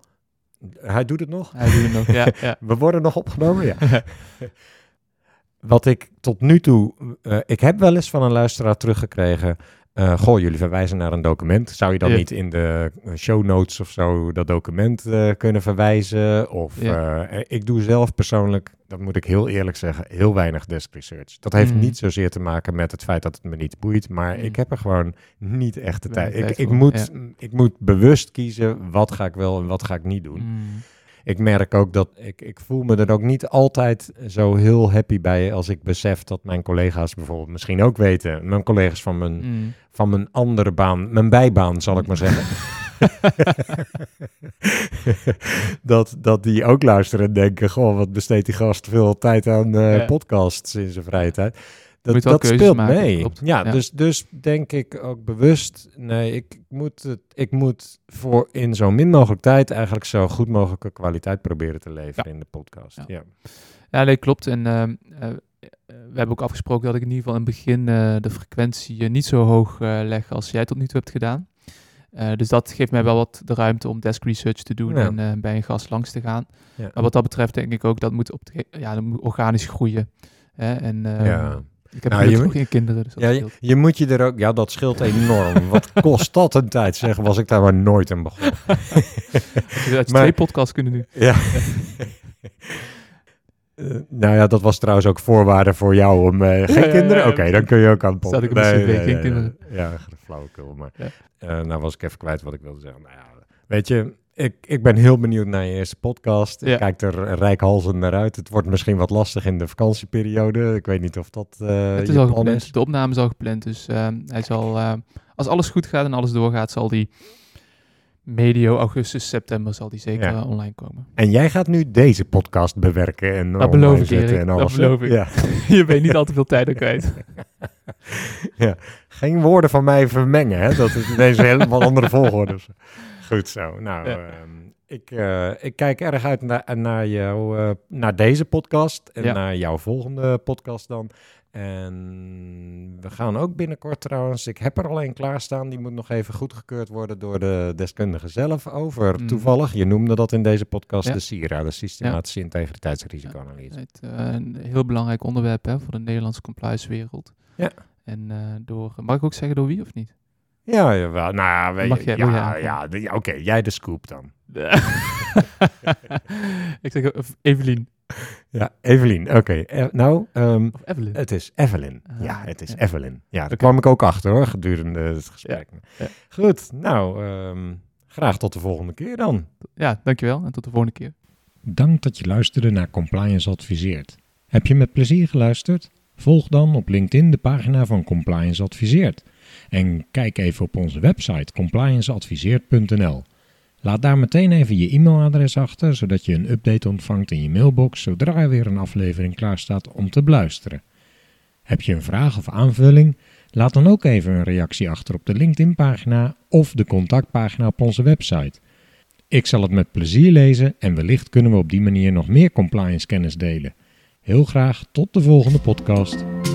Hij doet het nog? Hij doet het nog, ja. ja. We worden nog opgenomen, ja. Wat ik tot nu toe... Uh, ik heb wel eens van een luisteraar teruggekregen... Uh, goh, jullie verwijzen naar een document. Zou je dan Ja. niet in de show notes of zo dat document uh, kunnen verwijzen? Of Ja. uh, ik doe zelf persoonlijk, dat moet ik heel eerlijk zeggen, heel weinig desk research. Dat heeft Mm. niet zozeer te maken met het feit dat het me niet boeit, maar Mm. ik heb er gewoon niet echt de tijd. Weinig Ik, tijd ik, voor, moet, ja. ik moet bewust kiezen wat ga ik wel en wat ga ik niet doen. Mm. Ik merk ook dat ik, ik voel me er ook niet altijd zo heel happy bij als ik besef dat mijn collega's bijvoorbeeld misschien ook weten, mijn collega's van mijn, Mm. van mijn andere baan, mijn bijbaan zal ik maar zeggen, dat, dat die ook luisteren en denken, goh, wat besteedt die gast veel tijd aan uh, Ja. podcasts in zijn vrije tijd. Dat, Moet wel dat keuzes speelt maken, mee. klopt. Ja, Ja. Dus, dus denk ik ook bewust, nee, ik moet, het, ik moet voor in zo min mogelijk tijd eigenlijk zo goed mogelijke kwaliteit proberen te leveren Ja. in de podcast. Ja. Ja. Ja, nee, klopt. En uh, uh, we hebben ook afgesproken dat ik in ieder geval in het begin uh, de frequentie uh, niet zo hoog uh, leg als jij tot nu toe hebt gedaan. Uh, dus dat geeft mij wel wat de ruimte om desk research te doen Ja. en uh, bij een gast langs te gaan. Ja. Maar wat dat betreft denk ik ook dat moet, op de, ja, dat moet organisch groeien. Hè? En, uh, Ja. Ik heb Nou, gelukkig je- nog geen kinderen, dus dat Ja, je, scheelt. je moet je er ook, ja, dat scheelt enorm. Wat kost dat een tijd, zeg, was ik daar maar nooit aan begonnen. Had je uit Maar- twee podcasts kunnen nu. Ja. Uh, nou ja, dat was trouwens ook voorwaarde voor jou om uh, geen Ja, ja, kinderen? ja. Oké, dan kun je ook aan het Staat ik op mijn cv, geen kinderen. Ja, flauwekul, maar Ja. uh, nou was ik even kwijt wat ik wilde zeggen. Nou ja, weet je, ik, ik ben heel benieuwd naar je eerste podcast. Ja. Ik kijk er rijkhalsend naar uit. Het wordt misschien wat lastig in de vakantieperiode. Ik weet niet of dat uh, Het je is al plan gepland. is. De opname is al gepland. Dus uh, hij zal, uh, als alles goed gaat en alles doorgaat, zal die medio augustus, september zal die zeker Ja. uh, online komen. En jij gaat nu deze podcast bewerken en Dat online beloof ik, zetten Erik. en Dat alles. hè? beloof ik. Ja. Je bent niet al te veel tijd aan kwijt. Ja, geen woorden van mij vermengen, hè? Dat is ineens een helemaal andere volgorde. Goed zo. Nou, Ja. ehm, ik, uh, ik kijk erg uit na, naar, jou, uh, naar deze podcast en Ja. naar jouw volgende podcast dan. En we gaan ook binnenkort trouwens, ik heb er al een klaarstaan, die moet nog even goedgekeurd worden door de deskundige zelf over. Mm. Toevallig, je noemde dat in deze podcast, Ja. de S I R A, de Systematische Integriteitsrisicoanalyse. Het, uh, een heel belangrijk onderwerp hè, voor de Nederlandse compliance-wereld. Ja. En uh, door, mag ik ook zeggen door wie of niet? Ja, ja, wel, nou ja, weet je- Mag jij- ja, mag jij? ja, de- ja, oké, jij de scoop dan. Ik zeg uh, Evelien. Ja, Evelien. Oké, e- nou, um, Of Evelyn. het is Evelyn. Ah, ja, het is ja. Evelyn. Ja, daar Oké. kwam ik ook achter hoor, gedurende het gesprek. Ja. Goed, nou, um, graag tot de volgende keer dan. Ja, dankjewel en tot de volgende keer. Dank dat je luisterde naar Compliance Adviseert. Heb je met plezier geluisterd? Volg dan op LinkedIn de pagina van Compliance Adviseert. En kijk even op onze website compliance adviseert punt n l. Laat daar meteen even je e-mailadres achter, zodat je een update ontvangt in je mailbox zodra er weer een aflevering klaar staat om te beluisteren. Heb je een vraag of aanvulling? Laat dan ook even een reactie achter op de LinkedIn-pagina of de contactpagina op onze website. Ik zal het met plezier lezen en wellicht kunnen we op die manier nog meer compliance kennis delen. Heel graag tot de volgende podcast.